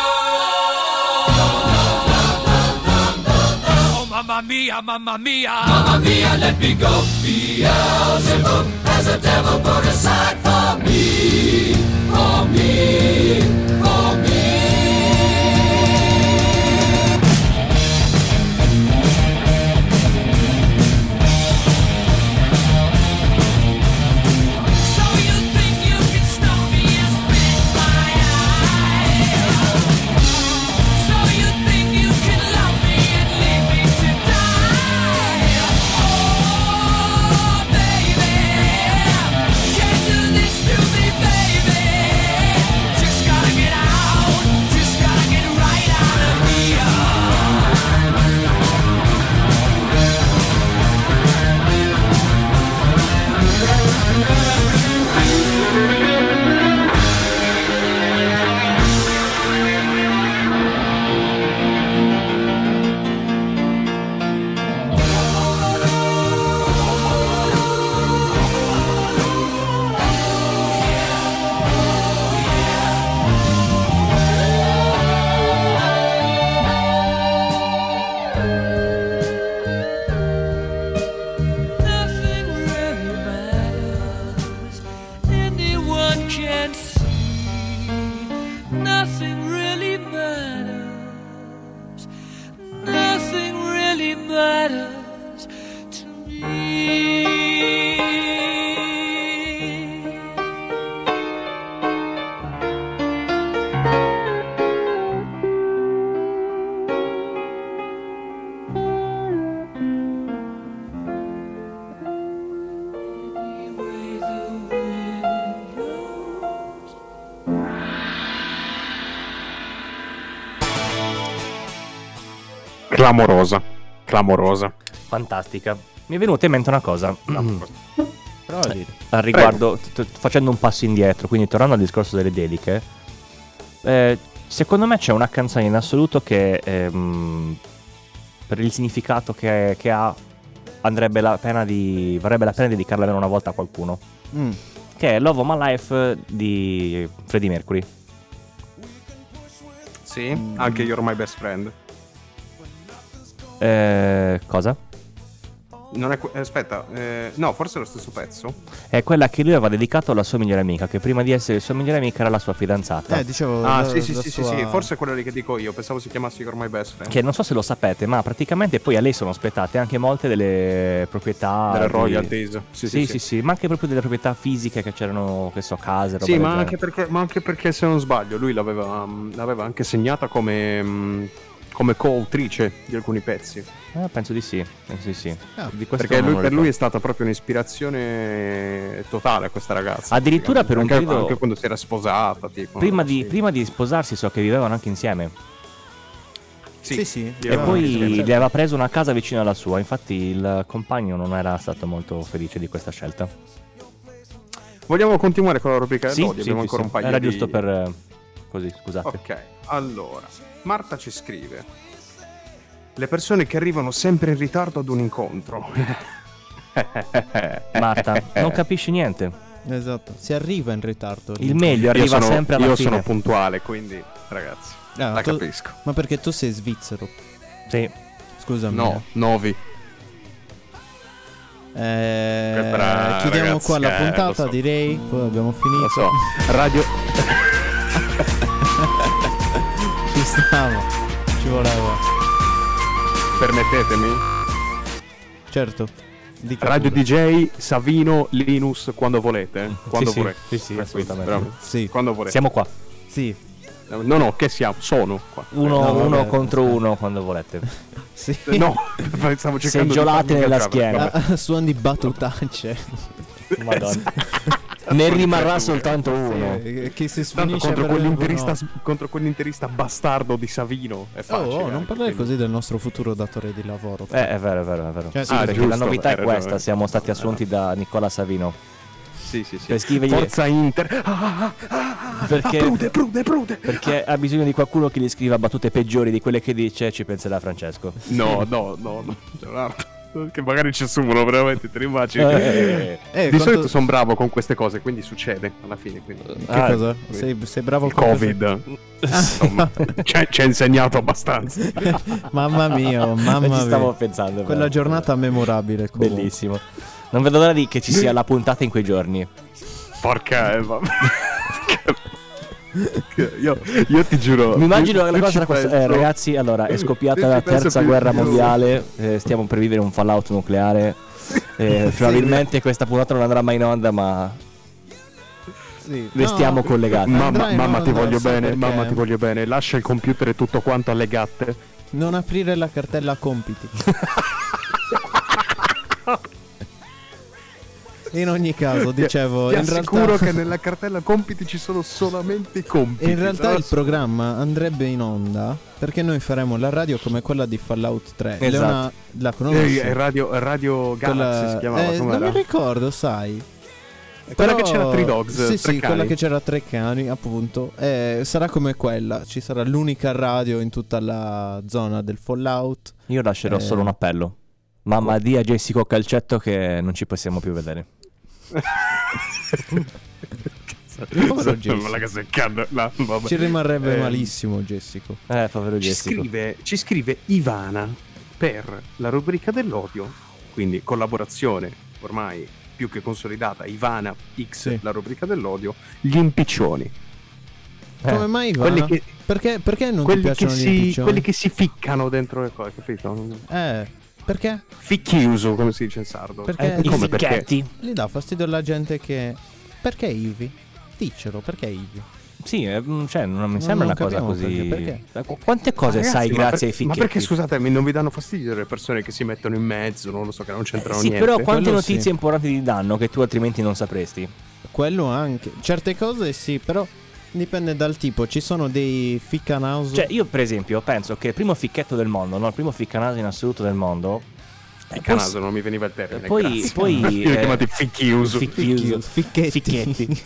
Speaker 5: Oh, mamma mia, mamma mia. Mamma mia, let me go. Beelzebub has a devil put aside for me. For me, for me. So you think you can stop me and spit my eye? So you think you can love me and leave me to die? Oh, baby, can't do this to me, baby. Just gotta get out, just gotta get right out of here. Nothing really matters. Anyone can see. Nothing really matters. Nothing really matters to me. Any way the wind blows.
Speaker 2: Clamorosa. Clamorosa.
Speaker 4: Fantastica. Mi è venuta in mente una cosa.
Speaker 3: Prova a dire.
Speaker 4: Al riguardo, facendo un passo indietro, quindi tornando al discorso delle dediche, secondo me c'è una canzone in assoluto che per il significato che ha varrebbe la pena dedicarla almeno una volta a qualcuno, che è Love of My Life di Freddie Mercury.
Speaker 2: Sì, anche You're My Best Friend.
Speaker 4: Cosa?
Speaker 2: Non è aspetta, no, forse è lo stesso pezzo.
Speaker 4: È quella che lui aveva dedicato alla sua migliore amica, che prima di essere sua migliore amica era la sua fidanzata.
Speaker 3: Dicevo.
Speaker 2: Sì,
Speaker 3: la sua-
Speaker 2: forse è quello lì che dico io. Pensavo si chiamasse You're My Best Friend.
Speaker 4: Che non so se lo sapete, ma praticamente poi a lei sono spettate anche molte delle proprietà
Speaker 2: Delle
Speaker 4: di-
Speaker 2: royalties.
Speaker 4: Sì, ma anche proprio delle proprietà fisiche che c'erano, che so, case, roba
Speaker 2: Sì,
Speaker 4: del
Speaker 2: ma
Speaker 4: genere.
Speaker 2: anche perché se non sbaglio lui l'aveva anche segnata come coautrice di alcuni pezzi.
Speaker 4: Penso di sì. Di questo
Speaker 2: Perché
Speaker 4: non lo
Speaker 2: per lui è
Speaker 4: ricordo.
Speaker 2: stata proprio un'ispirazione totale questa ragazza.
Speaker 4: Addirittura per un
Speaker 2: Anche-
Speaker 4: periodo-
Speaker 2: anche quando si era sposata, tipo.
Speaker 4: Prima
Speaker 2: Sì.
Speaker 4: di sposarsi so che vivevano anche insieme.
Speaker 3: Sì.
Speaker 4: E poi gli aveva preso una casa vicino alla sua. Infatti il compagno non era stato molto felice di questa scelta.
Speaker 2: Vogliamo continuare con la rubrica
Speaker 4: Sì,
Speaker 2: dell'odio?
Speaker 4: sì,
Speaker 2: Abbiamo
Speaker 4: sì,
Speaker 2: ancora
Speaker 4: sì.
Speaker 2: un paio
Speaker 4: Era
Speaker 2: di...
Speaker 4: giusto per così, scusate.
Speaker 2: Ok, allora, Marta ci scrive: le persone che arrivano sempre in ritardo ad un incontro.
Speaker 4: Marta, non capisci niente.
Speaker 3: Esatto. Si arriva in ritardo.
Speaker 4: Il meglio arriva sempre alla
Speaker 2: io
Speaker 4: fine.
Speaker 2: sono puntuale, quindi ragazzi, la
Speaker 3: tu-
Speaker 2: capisco.
Speaker 3: Ma perché tu sei svizzero?
Speaker 4: Sì.
Speaker 3: Scusami.
Speaker 2: No, Novi.
Speaker 3: Chiudiamo
Speaker 2: ragazzi,
Speaker 3: qua la
Speaker 2: lo
Speaker 3: puntata,
Speaker 2: so.
Speaker 3: direi. Poi abbiamo finito.
Speaker 2: Lo so. Radio
Speaker 3: Ci stavo. Ci voleva.
Speaker 2: permettetemi.
Speaker 3: Certo. Dica
Speaker 2: Radio
Speaker 3: pure.
Speaker 2: DJ Savino Linus quando volete, quando
Speaker 4: Sì,
Speaker 2: volete.
Speaker 4: sì, assolutamente.
Speaker 2: Bravo.
Speaker 3: Sì.
Speaker 2: Quando volete.
Speaker 4: Siamo qua.
Speaker 3: Sì.
Speaker 2: No, che siamo? Sono qua.
Speaker 4: Uno
Speaker 3: No, vabbè,
Speaker 4: contro uno quando volete.
Speaker 3: Sì.
Speaker 2: No, stavo cercando
Speaker 4: Seggiolate
Speaker 2: di farmi
Speaker 4: nella
Speaker 2: ingaggiare.
Speaker 4: schiena.
Speaker 2: Vabbè.
Speaker 3: Suon di battutacce.
Speaker 4: Madonna. Ne rimarrà soltanto uno.
Speaker 3: Che si
Speaker 2: Tanto
Speaker 3: sfinisce
Speaker 2: contro
Speaker 3: per
Speaker 2: quell'interista,
Speaker 3: no.
Speaker 2: contro quell'interista bastardo di Savino è facile.
Speaker 3: Non parlare così del nostro futuro datore di lavoro.
Speaker 4: È vero, è vero, è vero.
Speaker 3: Cioè,
Speaker 4: Sì,
Speaker 3: ah,
Speaker 4: perché
Speaker 2: giusto,
Speaker 4: la novità
Speaker 2: hai
Speaker 4: è questa,
Speaker 2: ragione.
Speaker 4: siamo stati assunti da Nicola Savino.
Speaker 2: Sì.
Speaker 4: Per scrivergli-
Speaker 2: Forza Inter.
Speaker 4: Perché-
Speaker 2: Prude.
Speaker 4: Perché ha bisogno di qualcuno che gli scriva battute peggiori di quelle che dice, ci penserà Francesco.
Speaker 2: No, Leonardo. Che magari ci assumono veramente, te lo immagini?
Speaker 4: Eh,
Speaker 2: Di
Speaker 3: quanto-
Speaker 2: solito sono bravo con queste cose, quindi succede alla fine. Quindi.
Speaker 3: Che cosa? Sei bravo
Speaker 2: Il
Speaker 3: con
Speaker 2: Covid. Insomma, ci ha insegnato abbastanza.
Speaker 3: Mamma mia,
Speaker 4: ci
Speaker 3: mamma
Speaker 4: stavo
Speaker 3: mia.
Speaker 4: pensando.
Speaker 3: Quella
Speaker 4: però.
Speaker 3: giornata memorabile. comunque.
Speaker 4: Bellissimo. Non vedo l'ora di che ci sia la puntata in quei giorni.
Speaker 2: Porca Eva. io ti giuro.
Speaker 4: Mi immagino che la
Speaker 2: io
Speaker 4: cosa
Speaker 2: ci
Speaker 4: era questa.
Speaker 2: penso-
Speaker 4: Ragazzi, allora è scoppiata
Speaker 2: Io ci
Speaker 4: la
Speaker 2: penso
Speaker 4: terza
Speaker 2: più-
Speaker 4: guerra
Speaker 2: più-
Speaker 4: mondiale. Stiamo per vivere un fallout nucleare. Probabilmente questa puntata non andrà mai in onda, ma
Speaker 3: Sì.
Speaker 4: restiamo
Speaker 3: No,
Speaker 4: collegati.
Speaker 3: Andrai
Speaker 2: Mamma
Speaker 3: in
Speaker 2: ti
Speaker 3: onda,
Speaker 2: voglio
Speaker 3: sai
Speaker 2: bene,
Speaker 3: perché?
Speaker 2: mamma ti voglio bene. Lascia il computer e tutto quanto alle gatte.
Speaker 3: Non aprire la cartella compiti. In ogni caso, dicevo,
Speaker 2: Ti
Speaker 3: in
Speaker 2: assicuro
Speaker 3: realtà,
Speaker 2: che nella cartella compiti ci sono solamente i compiti.
Speaker 3: in realtà
Speaker 2: no?
Speaker 3: il programma andrebbe in onda perché noi faremo la radio come quella di Fallout 3.
Speaker 4: Esatto.
Speaker 3: Leona, la conosci?
Speaker 2: Radio Galaxy
Speaker 3: Quella-
Speaker 2: si chiamava,
Speaker 3: non
Speaker 2: com'era?
Speaker 3: mi ricordo, sai.
Speaker 2: Quella che c'era Three Dogs,
Speaker 3: Sì,
Speaker 2: tre
Speaker 3: sì,
Speaker 2: cani.
Speaker 3: quella che c'era tre cani, appunto. Sarà come quella. Ci sarà l'unica radio in tutta la zona del Fallout.
Speaker 4: Io lascerò solo un appello. Mamma, di a Jessico Calcetto che non ci possiamo più vedere.
Speaker 3: Povero Jessico.
Speaker 2: Me la caseccando. No, vabbè.
Speaker 3: Ci rimarrebbe malissimo, Jessico.
Speaker 4: Povero
Speaker 2: Ci
Speaker 4: Jessico.
Speaker 2: ci scrive Ivana per la rubrica dell'odio, quindi collaborazione ormai più che consolidata. Ivana X,
Speaker 3: Sì.
Speaker 2: la rubrica dell'odio, gli impiccioni.
Speaker 3: Come mai, Ivana?
Speaker 2: Quelli che,
Speaker 3: Perché non ti piacciono gli impiccioni?
Speaker 2: quelli che si ficcano dentro le cose, capito?
Speaker 3: Perché?
Speaker 2: Ficchiuso, come si dice in sardo.
Speaker 3: Perché?
Speaker 4: I
Speaker 2: come perché?
Speaker 4: ficchetti.
Speaker 3: Gli dà fastidio alla gente che... Perché Ivi? Diccelo, perché Ivi?
Speaker 4: Sì, cioè non mi
Speaker 3: No,
Speaker 4: sembra
Speaker 3: non
Speaker 4: una cosa
Speaker 3: capiamo
Speaker 4: così.
Speaker 3: perché.
Speaker 4: Quante cose
Speaker 2: Ragazzi,
Speaker 4: sai
Speaker 2: ma
Speaker 4: grazie ai
Speaker 2: Ma
Speaker 4: ficchetti?
Speaker 2: perché scusatemi, non vi danno fastidio le persone che si mettono in mezzo, non lo so, che non c'entrano
Speaker 4: Sì,
Speaker 2: niente?
Speaker 4: però quante
Speaker 3: Quello
Speaker 4: notizie
Speaker 3: sì.
Speaker 4: importanti ti danno che tu altrimenti non sapresti?
Speaker 3: Quello anche. Certe cose sì, però dipende dal tipo. Ci sono dei ficcanauso.
Speaker 4: Cioè, io per esempio penso che il primo ficchetto del mondo, no? Il primo ficcanaso in assoluto del mondo.
Speaker 2: Canaso, non mi veniva il termine.
Speaker 4: Poi,
Speaker 2: grazie.
Speaker 4: poi
Speaker 2: Io li ho chiamati ficchiuso.
Speaker 3: Ficchetti.
Speaker 4: Ficchetti.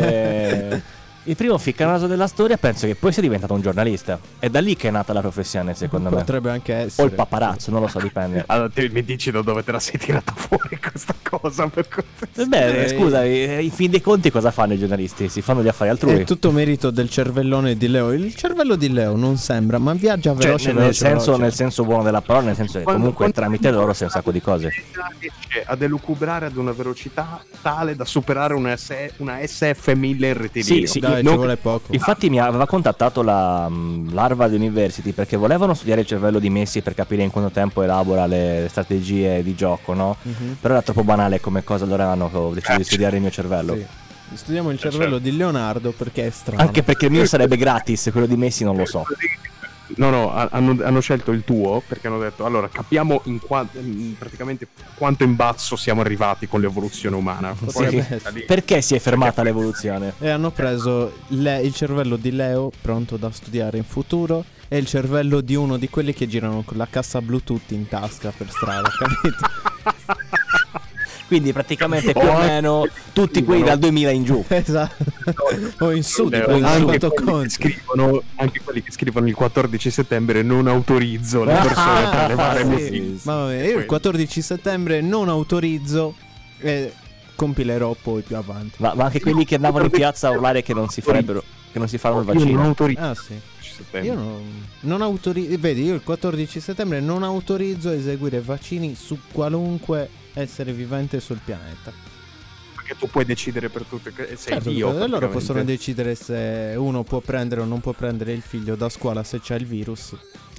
Speaker 4: Il primo ficcanaso della storia penso che poi sia diventato un giornalista. È da lì che è nata la professione, secondo me.
Speaker 3: Potrebbe anche
Speaker 4: O
Speaker 3: essere.
Speaker 4: il paparazzo, non lo so, dipende.
Speaker 2: Allora, te mi dici da dove te la sei tirata fuori questa cosa? Per
Speaker 4: Beh, scusami, in fin dei conti cosa fanno i giornalisti? Si fanno gli affari altrui.
Speaker 3: È tutto merito del cervellone di Leo. Il cervello di Leo non sembra, ma viaggia
Speaker 4: Cioè,
Speaker 3: veloce,
Speaker 4: nel senso buono della parola, nel senso che comunque tramite loro sei un sacco di cose.
Speaker 2: riesce a delucubrare ad una velocità tale da superare una SF1000 in rettilineo.
Speaker 4: Sì,
Speaker 3: Dai,
Speaker 4: no,
Speaker 3: ci vuole poco.
Speaker 4: Infatti mi aveva contattato la Harvard University perché volevano studiare il cervello di Messi per capire in quanto tempo elabora le strategie di gioco, no? Però era troppo banale come cosa, allora hanno deciso di studiare il mio cervello.
Speaker 3: Sì. Studiamo il cervello di Leonardo perché è strano.
Speaker 4: Anche perché il mio sarebbe gratis, quello di Messi non lo so.
Speaker 2: No, hanno scelto il tuo perché hanno detto allora capiamo praticamente quanto imbarazzo siamo arrivati con l'evoluzione umana.
Speaker 3: Potrebbe
Speaker 2: Poi,
Speaker 3: essere.
Speaker 4: Perché si è fermata l'evoluzione?
Speaker 3: E hanno preso il cervello di Leo, pronto da studiare in futuro, e il cervello di uno di quelli che girano con la cassa Bluetooth in tasca per strada, capito?
Speaker 4: Quindi praticamente più o meno tutti quelli dal 2000 in giù.
Speaker 3: Esatto. O in su,
Speaker 2: Leo,
Speaker 3: dipende da
Speaker 2: anche,
Speaker 3: quanto
Speaker 2: quelli che
Speaker 3: conti.
Speaker 2: anche quelli che scrivono il 14 settembre non autorizzo le persone a levare
Speaker 3: sì.
Speaker 2: missili.
Speaker 3: Ma vabbè, io il 14 settembre non autorizzo e compilerò poi più avanti.
Speaker 4: Ma anche quelli che andavano in piazza a urlare che non si farebbero, che non si faranno il
Speaker 2: Io non
Speaker 4: vaccino.
Speaker 2: autorizzo.
Speaker 3: Ah sì. Io non autorizzo. Vedi, io il 14 settembre non autorizzo a eseguire vaccini su qualunque essere vivente sul pianeta.
Speaker 2: Perché tu puoi decidere per tutte. Sei
Speaker 3: Certo,
Speaker 2: Dio.
Speaker 3: loro
Speaker 2: praticamente.
Speaker 3: possono decidere se uno può prendere o non può prendere il figlio da scuola se c'è il virus.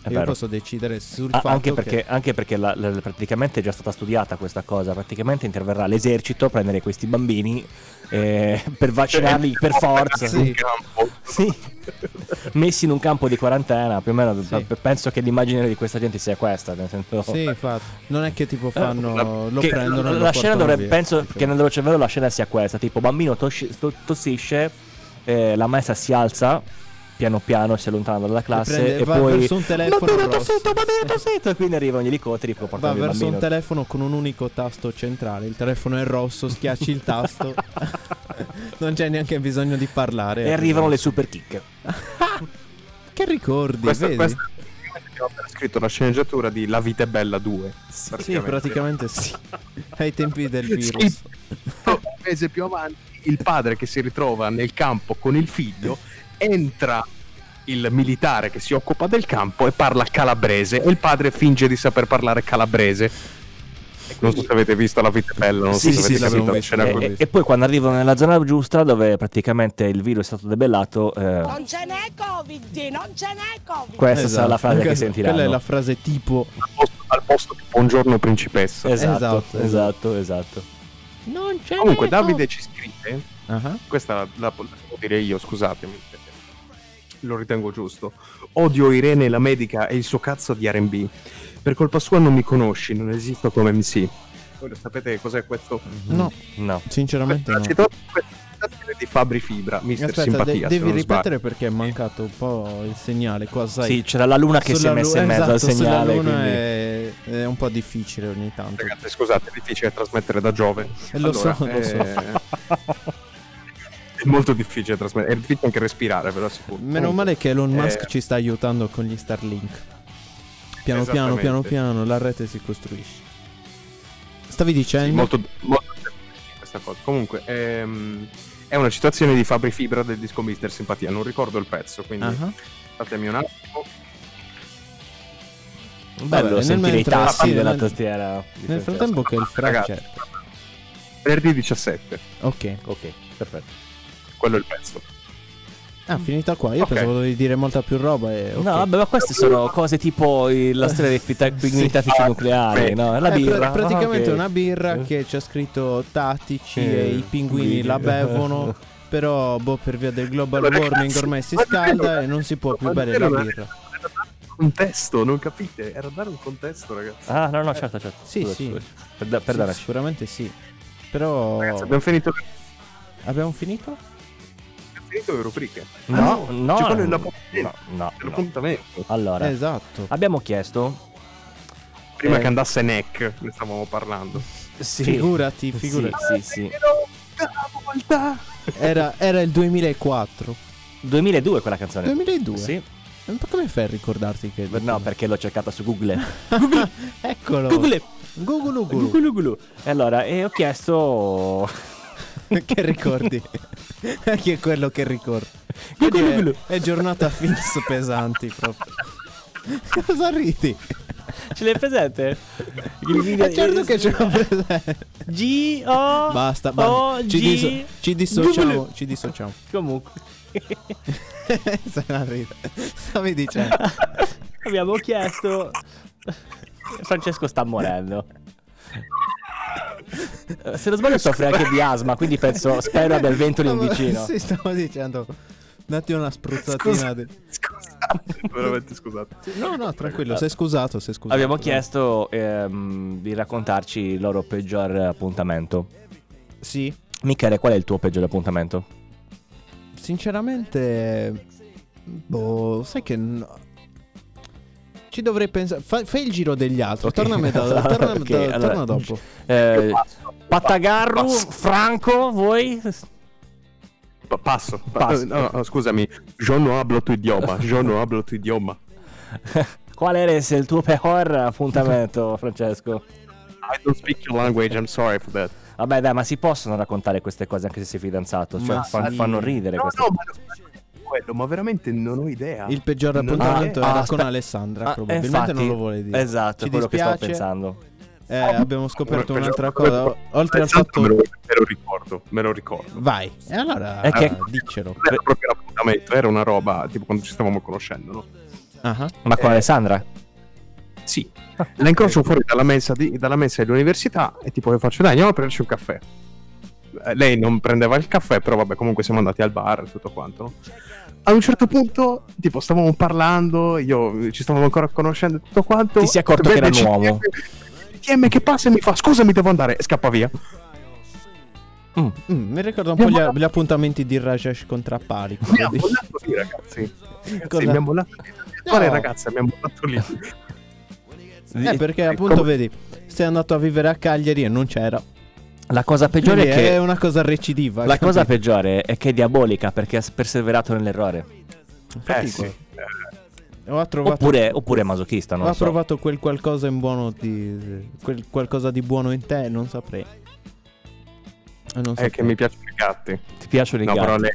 Speaker 3: Io
Speaker 4: vero.
Speaker 3: posso decidere sul fatto
Speaker 4: Anche perché praticamente è già stata studiata questa cosa. Praticamente interverrà l'esercito a prendere questi bambini per vaccinarli per forza.
Speaker 3: Sì.
Speaker 4: Sì. Messi in un campo di quarantena, più o meno.
Speaker 3: Sì.
Speaker 4: Penso che l'immagine di questa gente sia questa. Nel senso,
Speaker 3: Sì, infatti. Non è che tipo fanno. Lo
Speaker 4: che
Speaker 3: prendono e lo
Speaker 4: la scena
Speaker 3: portano
Speaker 4: dovrebbe,
Speaker 3: via.
Speaker 4: penso che nel loro cervello la scena sia questa: tipo, bambino tossisce, la maestra si alza piano piano, si allontana dalla classe e
Speaker 3: va
Speaker 4: poi
Speaker 3: verso un telefono rosso.
Speaker 4: bambino tossito, e quindi arrivano gli elicotteri per
Speaker 3: Va
Speaker 4: portare il
Speaker 3: verso
Speaker 4: bambino.
Speaker 3: un telefono con un unico tasto centrale. Il telefono è rosso, schiacci il tasto. Non c'è neanche bisogno di parlare.
Speaker 4: E arrivano le super kick.
Speaker 3: Che ricordi,
Speaker 2: Questa
Speaker 3: vedi?
Speaker 2: abbiamo appena scritto la sceneggiatura di La vita è bella 2.
Speaker 3: Sì, praticamente sì. Ai tempi del
Speaker 2: Sì.
Speaker 3: virus.
Speaker 2: Un mese più avanti, il padre che si ritrova nel campo con il figlio, entra il militare che si occupa del campo e parla calabrese, e il padre finge di saper parlare calabrese. Non so se avete visto La vita è bella, non
Speaker 3: Sì,
Speaker 2: so se
Speaker 3: sì,
Speaker 2: avete
Speaker 3: l'abbiamo
Speaker 2: capito la
Speaker 3: visto.
Speaker 2: scena così.
Speaker 4: E poi quando arrivano nella zona giusta, dove praticamente il virus è stato debellato,
Speaker 5: Non ce n'è Covid, non ce n'è Covid.
Speaker 4: questa sarà la frase che sentiranno.
Speaker 3: Quella è la frase tipo.
Speaker 2: Al posto di buongiorno principessa.
Speaker 4: Esatto.
Speaker 5: Non ce
Speaker 2: Comunque
Speaker 5: n'è
Speaker 2: Davide ci scrive,
Speaker 3: Ah,
Speaker 2: questa la devo dire io, scusatemi, perché lo ritengo giusto. Odio Irene la medica e il suo cazzo di R&B. Per colpa sua non mi conosci, non esisto come MC. Voi lo sapete cos'è questo?
Speaker 3: No,
Speaker 4: No.
Speaker 3: sinceramente no.
Speaker 2: La citazione di Fabri Fibra, Mister
Speaker 3: Aspetta,
Speaker 2: Simpatia. se
Speaker 3: devi
Speaker 2: non
Speaker 3: ripetere perché è mancato un po' il segnale qua, sai.
Speaker 4: Sì, c'era la luna che si è
Speaker 3: Sulla
Speaker 4: messa in mezzo al
Speaker 3: esatto, sulla
Speaker 4: segnale.
Speaker 3: luna
Speaker 4: Quindi...
Speaker 3: è un po' difficile ogni tanto.
Speaker 2: sbaglio. Ragazzi, scusate, è difficile trasmettere da Giove.
Speaker 3: Lo so.
Speaker 2: È molto difficile trasmettere, è difficile anche respirare, ve lo assicuro.
Speaker 3: Meno male che Elon Musk
Speaker 2: eh,
Speaker 3: ci sta aiutando con gli Starlink. Piano piano la rete si costruisce. Stavi
Speaker 2: Sì,
Speaker 3: dicendo?
Speaker 2: molto questa cosa. Comunque, è una citazione di Fabri Fibra del disco Mister Simpatia. Non ricordo il pezzo, quindi
Speaker 3: Ah.
Speaker 2: fatemi un attimo.
Speaker 4: Bello
Speaker 3: Vabbè,
Speaker 4: sentire i
Speaker 3: mentre-
Speaker 4: tasti
Speaker 3: sì,
Speaker 4: della
Speaker 3: nel-
Speaker 4: tastiera. di
Speaker 3: Nel
Speaker 4: Francesco.
Speaker 3: frattempo che il Fra
Speaker 2: Ragazzi.
Speaker 3: cerca.
Speaker 2: Venerdì 17,
Speaker 3: Ok.
Speaker 4: Ok, perfetto.
Speaker 2: quello è il pezzo.
Speaker 3: Finita qua. Io
Speaker 2: Ok.
Speaker 3: pensavo di dire molta più roba e ok.
Speaker 4: No, vabbè, ma queste sono cose tipo la storia dei pinguini tattici nucleari, no? La birra.
Speaker 3: Praticamente
Speaker 4: ok.
Speaker 3: una birra che c'è scritto tattici e i pinguini
Speaker 4: pinguini.
Speaker 3: la bevono. Però per via del global
Speaker 2: Allora,
Speaker 3: warming
Speaker 2: ragazzi,
Speaker 3: ormai si
Speaker 2: ma
Speaker 3: scalda
Speaker 2: davvero,
Speaker 3: e non si può più
Speaker 2: ma
Speaker 3: bere la
Speaker 2: davvero,
Speaker 3: birra.
Speaker 2: Era dare un contesto, non capite? Era dare un contesto, ragazzi.
Speaker 4: Ah, no, certo.
Speaker 3: Sì,
Speaker 4: Scusa,
Speaker 3: sì.
Speaker 4: scusa. Per
Speaker 3: Sì,
Speaker 4: darci.
Speaker 3: sicuramente sì. Però
Speaker 2: Ragazzi, abbiamo finito
Speaker 3: abbiamo finito?
Speaker 2: le rubriche.
Speaker 4: No,
Speaker 2: Cioè, quello è l'appuntamento.
Speaker 4: no.
Speaker 2: L'appuntamento.
Speaker 4: Allora,
Speaker 3: Esatto.
Speaker 4: abbiamo chiesto.
Speaker 2: Prima che andasse NEC, ne stavamo parlando.
Speaker 4: Sì.
Speaker 3: Figurati.
Speaker 4: Sì.
Speaker 3: Era il 2004.
Speaker 4: 2002 quella canzone.
Speaker 3: 2002?
Speaker 4: Sì.
Speaker 3: Ma come fai a ricordarti che...
Speaker 4: No, perché l'ho cercata su Google.
Speaker 3: Eccolo.
Speaker 4: Google.
Speaker 3: Google.
Speaker 4: E allora, ho chiesto.
Speaker 3: Che ricordi? Che è quello che ricordi.
Speaker 4: Google.
Speaker 3: È giornata fix pesanti proprio. Cosa ridi?
Speaker 4: Ce l'hai presente? Il video.
Speaker 3: Certo che ce l'ho presente.
Speaker 4: G-O.
Speaker 3: Basta,
Speaker 4: O-G.
Speaker 3: ci dissociamo.
Speaker 4: Comunque.
Speaker 3: Se la ride. Stavi dicendo.
Speaker 4: Abbiamo chiesto. Francesco sta morendo. Se non sbaglio soffre anche di asma, quindi spero abbia il ventolo in vicino.
Speaker 3: Sì, stavo dicendo. Datti una spruzzatina.
Speaker 2: Scusate, veramente scusate.
Speaker 3: No, tranquillo, sei scusato.
Speaker 4: Abbiamo chiesto di raccontarci il loro peggior appuntamento.
Speaker 3: Sì.
Speaker 4: Michele, qual è il tuo peggior appuntamento?
Speaker 3: Sinceramente, sai che ci dovrei pensare. Fai il giro degli altri.
Speaker 4: Ok.
Speaker 3: Torna
Speaker 4: Ok, allora,
Speaker 3: torna dopo.
Speaker 4: Pattagarru, Franco, voi?
Speaker 2: Passo.
Speaker 4: Passo.
Speaker 2: No, scusami. Je no hablo tu idioma.
Speaker 4: Qual era il tuo peggior appuntamento, Francesco?
Speaker 2: I don't speak your language, I'm sorry for that.
Speaker 4: Vabbè, dai, ma si possono raccontare queste cose anche se sei fidanzato? Cioè,
Speaker 3: Ma sì.
Speaker 4: fanno ridere queste
Speaker 2: No, quello, ma veramente non ho idea.
Speaker 3: Il peggior
Speaker 2: Non-
Speaker 3: appuntamento era con
Speaker 4: aspetta.
Speaker 3: Alessandra. Probabilmente
Speaker 4: infatti,
Speaker 3: non lo vuole dire.
Speaker 4: Esatto,
Speaker 3: Ci
Speaker 4: quello che stavo
Speaker 3: dispiace.
Speaker 4: pensando.
Speaker 3: Abbiamo scoperto
Speaker 2: Come
Speaker 3: un'altra
Speaker 2: peggior-
Speaker 3: cosa. Oltre al
Speaker 2: Esatto,
Speaker 3: fatto.
Speaker 2: me lo ricordo.
Speaker 3: Vai. E allora
Speaker 4: È che-
Speaker 3: diccelo.
Speaker 2: Non era proprio un appuntamento, era una roba tipo quando ci stavamo conoscendo, no?
Speaker 3: Ah,
Speaker 4: Ma con Alessandra?
Speaker 2: Sì, la incrocio fuori dalla mensa dell'università e tipo le faccio dai andiamo a prenderci un caffè. Lei non prendeva il caffè, però vabbè comunque siamo andati al bar e tutto quanto, no? A un certo punto tipo stavamo parlando, ci stavamo ancora conoscendo e tutto quanto.
Speaker 4: Ti sei accorto che era un
Speaker 2: vede
Speaker 4: uomo?
Speaker 2: CM che passa e mi fa scusami devo andare e scappa via.
Speaker 3: mi ricorda un po' gli appuntamenti di Rajesh Contrappali.
Speaker 2: Mi ha mollato lì ragazzi. Sì, mi ha mollato lì. Quale ragazza mi ha mollato lì?
Speaker 3: Perché appunto vedi, sei andato a vivere a Cagliari e non c'era.
Speaker 4: La cosa peggiore
Speaker 3: Quindi
Speaker 4: è che
Speaker 3: è una cosa recidiva.
Speaker 4: la cosa peggiore è che è diabolica perché ha perseverato nell'errore.
Speaker 3: Infatti,
Speaker 2: Sì.
Speaker 3: ho trovato
Speaker 4: Oppure è masochista, non
Speaker 3: ho
Speaker 4: lo so.
Speaker 3: provato quel qualcosa in buono quel qualcosa di buono in te, non saprei. Non
Speaker 2: È che mi piacciono i gatti.
Speaker 4: Ti piacciono i
Speaker 2: No,
Speaker 4: gatti?
Speaker 2: però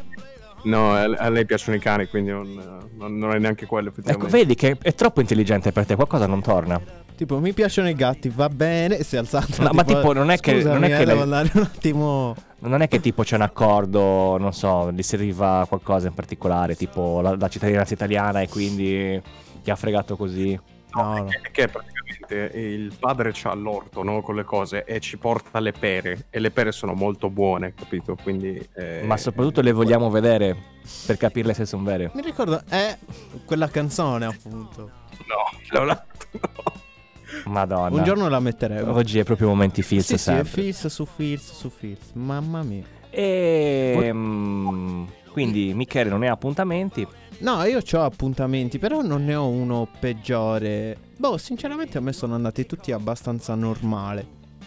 Speaker 2: a lei piacciono i cani, quindi non è neanche quello
Speaker 4: Ecco,
Speaker 2: effettivamente.
Speaker 4: vedi che è troppo intelligente per te, qualcosa non torna.
Speaker 3: Tipo, mi piacciono i gatti, va bene, si è alzato.
Speaker 4: No, ma tipo, non è che-
Speaker 3: Scusami,
Speaker 4: non è che
Speaker 3: devo
Speaker 4: lei-
Speaker 3: andare un attimo.
Speaker 4: Non è che tipo c'è un accordo, non so, gli serviva qualcosa in particolare, tipo la cittadinanza italiana e quindi ti ha fregato così.
Speaker 3: No.
Speaker 2: È che praticamente il padre c'ha l'orto, no, con le cose e ci porta le pere e le pere sono molto buone, capito? Quindi
Speaker 4: Ma soprattutto le vogliamo vedere per capirle se sono vere.
Speaker 3: Mi ricordo, quella canzone, appunto.
Speaker 2: no.
Speaker 4: Madonna.
Speaker 3: Un giorno la metteremo.
Speaker 4: Oggi è proprio momenti Fils
Speaker 3: Sì, è
Speaker 4: sempre.
Speaker 3: Fils su Fils su Fils. Mamma mia.
Speaker 4: E quindi Michele non ha appuntamenti.
Speaker 3: No, io ho appuntamenti, però non ne ho uno peggiore. Boh, sinceramente a me sono andati tutti abbastanza normale.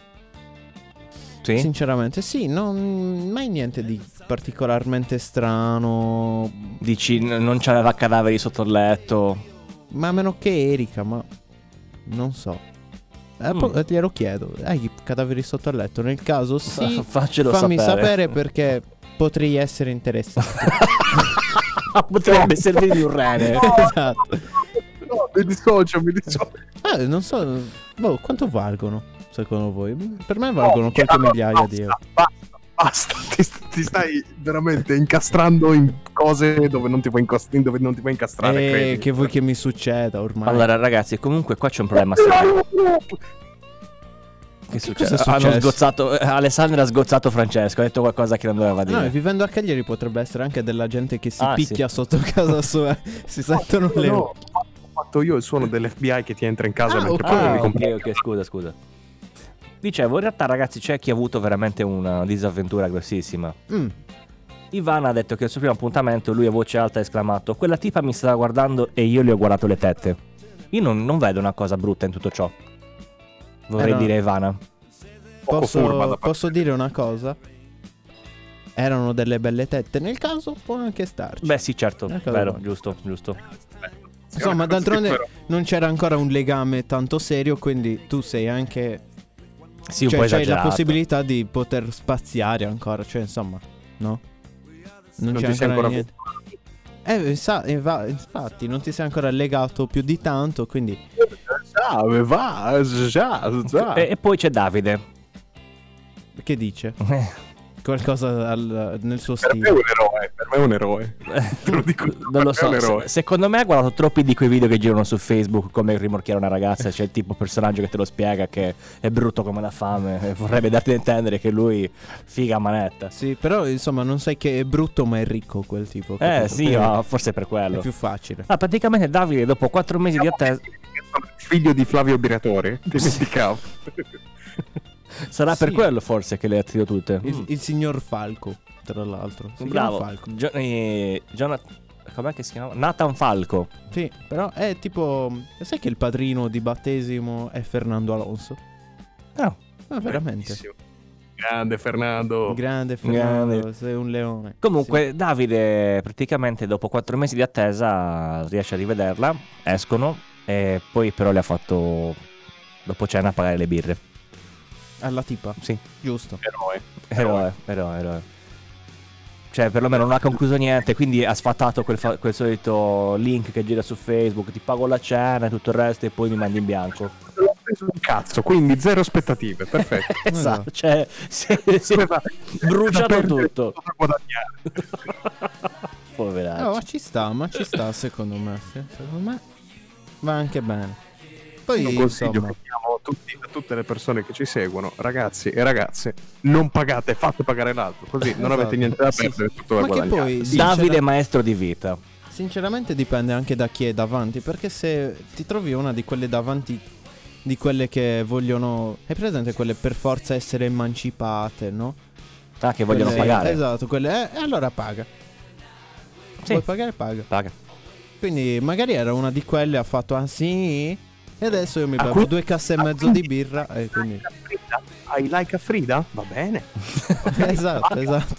Speaker 4: Sì?
Speaker 3: Sinceramente, sì, mai niente di particolarmente strano.
Speaker 4: Dici non c'aveva cadaveri sotto il letto.
Speaker 3: Ma a meno che Erika, ma non so. Glielo chiedo. Hai i cadaveri sotto il letto? Nel caso sì,
Speaker 4: Faccelo
Speaker 3: fammi
Speaker 4: sapere.
Speaker 3: sapere perché potrei essere interessato.
Speaker 4: Potrebbe servire di un rene.
Speaker 3: Esatto.
Speaker 2: No, mi dissocio.
Speaker 3: Non so, boh, quanto valgono secondo voi? Per me valgono qualche migliaia di euro.
Speaker 2: Basta, ti stai veramente incastrando in cose dove non ti puoi incastrare, credi.
Speaker 3: Che vuoi che mi succeda ormai?
Speaker 4: Allora ragazzi, comunque qua c'è un problema serio. Che succede?
Speaker 3: cosa è
Speaker 4: Hanno
Speaker 3: successo?
Speaker 4: sgozzato Alessandra ha sgozzato Francesco, ha detto qualcosa che non doveva dire.
Speaker 3: No, vivendo a Cagliari potrebbe essere anche della gente che si
Speaker 4: Ah,
Speaker 3: picchia sotto casa sua. Si sentono le.
Speaker 2: No, ho fatto io il suono dell'FBI che ti entra in casa mentre
Speaker 3: ok.
Speaker 2: mi compri.
Speaker 4: ok, scusa. Dicevo, in realtà ragazzi c'è chi ha avuto veramente una disavventura grossissima. Ivan ha detto che il suo primo appuntamento lui a voce alta ha esclamato: quella tipa mi stava guardando e io le ho guardato le tette. Io non vedo una cosa brutta in tutto ciò. Vorrei
Speaker 3: no.
Speaker 4: dire Ivana.
Speaker 2: Poco furba da parte.
Speaker 3: Posso dire una cosa? Erano delle belle tette. Nel caso può anche starci.
Speaker 4: Beh sì, certo,
Speaker 3: Ecco,
Speaker 4: vero,
Speaker 3: vai.
Speaker 4: giusto.
Speaker 3: Insomma, d'altronde
Speaker 2: Però-
Speaker 3: non c'era ancora un legame tanto serio, quindi tu sei anche.
Speaker 4: Sì, un
Speaker 3: Cioè,
Speaker 4: po'
Speaker 3: c'hai la
Speaker 4: esagerato.
Speaker 3: possibilità di poter spaziare ancora. Cioè, insomma, no? Non
Speaker 2: Non
Speaker 3: c'è
Speaker 2: ti sei ancora
Speaker 3: niente. Infatti, non ti sei ancora legato più di tanto, quindi.
Speaker 4: E poi c'è Davide.
Speaker 3: Che dice? Qualcosa nel suo
Speaker 2: Per me è un eroe, Te lo dico,
Speaker 4: Non lo
Speaker 2: è un
Speaker 4: so,
Speaker 2: eroe.
Speaker 4: secondo me ha guardato troppi di quei video che girano su Facebook come rimorchiare una ragazza, c'è il tipo personaggio che te lo spiega che è brutto come la fame e vorrebbe darti da intendere che lui figa a manetta.
Speaker 3: Sì, però insomma non sai che è brutto ma è ricco quel tipo. capito?
Speaker 4: Sì,
Speaker 3: Quindi
Speaker 4: ma forse per
Speaker 3: è
Speaker 4: quello.
Speaker 3: più facile.
Speaker 4: Ah, praticamente Davide dopo 4 mesi di attesa
Speaker 2: Figlio di Flavio Briatore, dimenticavo.
Speaker 4: sarà per
Speaker 3: Sì.
Speaker 4: quello forse che le ha tirato tutte.
Speaker 3: Il signor Falco, tra l'altro. Si
Speaker 4: Bravo.
Speaker 3: chiama Falco.
Speaker 4: Com'è che si chiama? Nathan Falco.
Speaker 3: Sì, però è tipo. Sai che il padrino di battesimo è Fernando Alonso?
Speaker 4: Ah,
Speaker 3: Ma veramente.
Speaker 2: Bellissimo. Grande Fernando.
Speaker 3: Grande Fernando,
Speaker 4: Grande.
Speaker 3: sei un leone.
Speaker 4: Comunque Davide praticamente dopo 4 mesi di attesa riesce a rivederla, escono e poi però le ha fatto dopo cena pagare le birre.
Speaker 3: Sì. Alla tipa,
Speaker 4: Sì,
Speaker 3: giusto.
Speaker 4: eroe. Cioè perlomeno non ha concluso niente, quindi ha sfatato quel solito link che gira su Facebook, ti pago la cena e tutto il resto e poi mi mandi in bianco.
Speaker 2: Non ho preso un cazzo, quindi zero aspettative, perfetto.
Speaker 4: Esatto, cioè si è bruciato tutto.
Speaker 2: Da guadagnare.
Speaker 4: Poveraccio.
Speaker 3: No, ma ci sta secondo me. Sì, secondo me Va anche bene. Poi
Speaker 2: Un consiglio
Speaker 3: insomma,
Speaker 2: che diamo a tutte le persone che ci seguono, ragazzi e ragazze, non pagate, fate pagare l'altro, così non
Speaker 3: Esatto.
Speaker 2: avete niente da perdere, tutto da
Speaker 3: ma che
Speaker 2: guadagnare.
Speaker 3: poi
Speaker 4: Davide maestro di vita.
Speaker 3: sinceramente dipende anche da chi è davanti, perché se ti trovi una di quelle davanti, di quelle che vogliono, hai presente quelle per forza essere emancipate, no?
Speaker 4: Ah, che vogliono
Speaker 3: Quelle-
Speaker 4: pagare.
Speaker 3: Esatto, quelle, e allora paga.
Speaker 4: Sì.
Speaker 3: Vuoi pagare, paga.
Speaker 4: Paga.
Speaker 3: Quindi magari era una di quelle, ha fatto ah sì, e adesso io mi bevo
Speaker 2: qui-
Speaker 3: 2 casse e mezzo di birra e quindi
Speaker 2: Hai like a Frida? Va bene.
Speaker 3: esatto.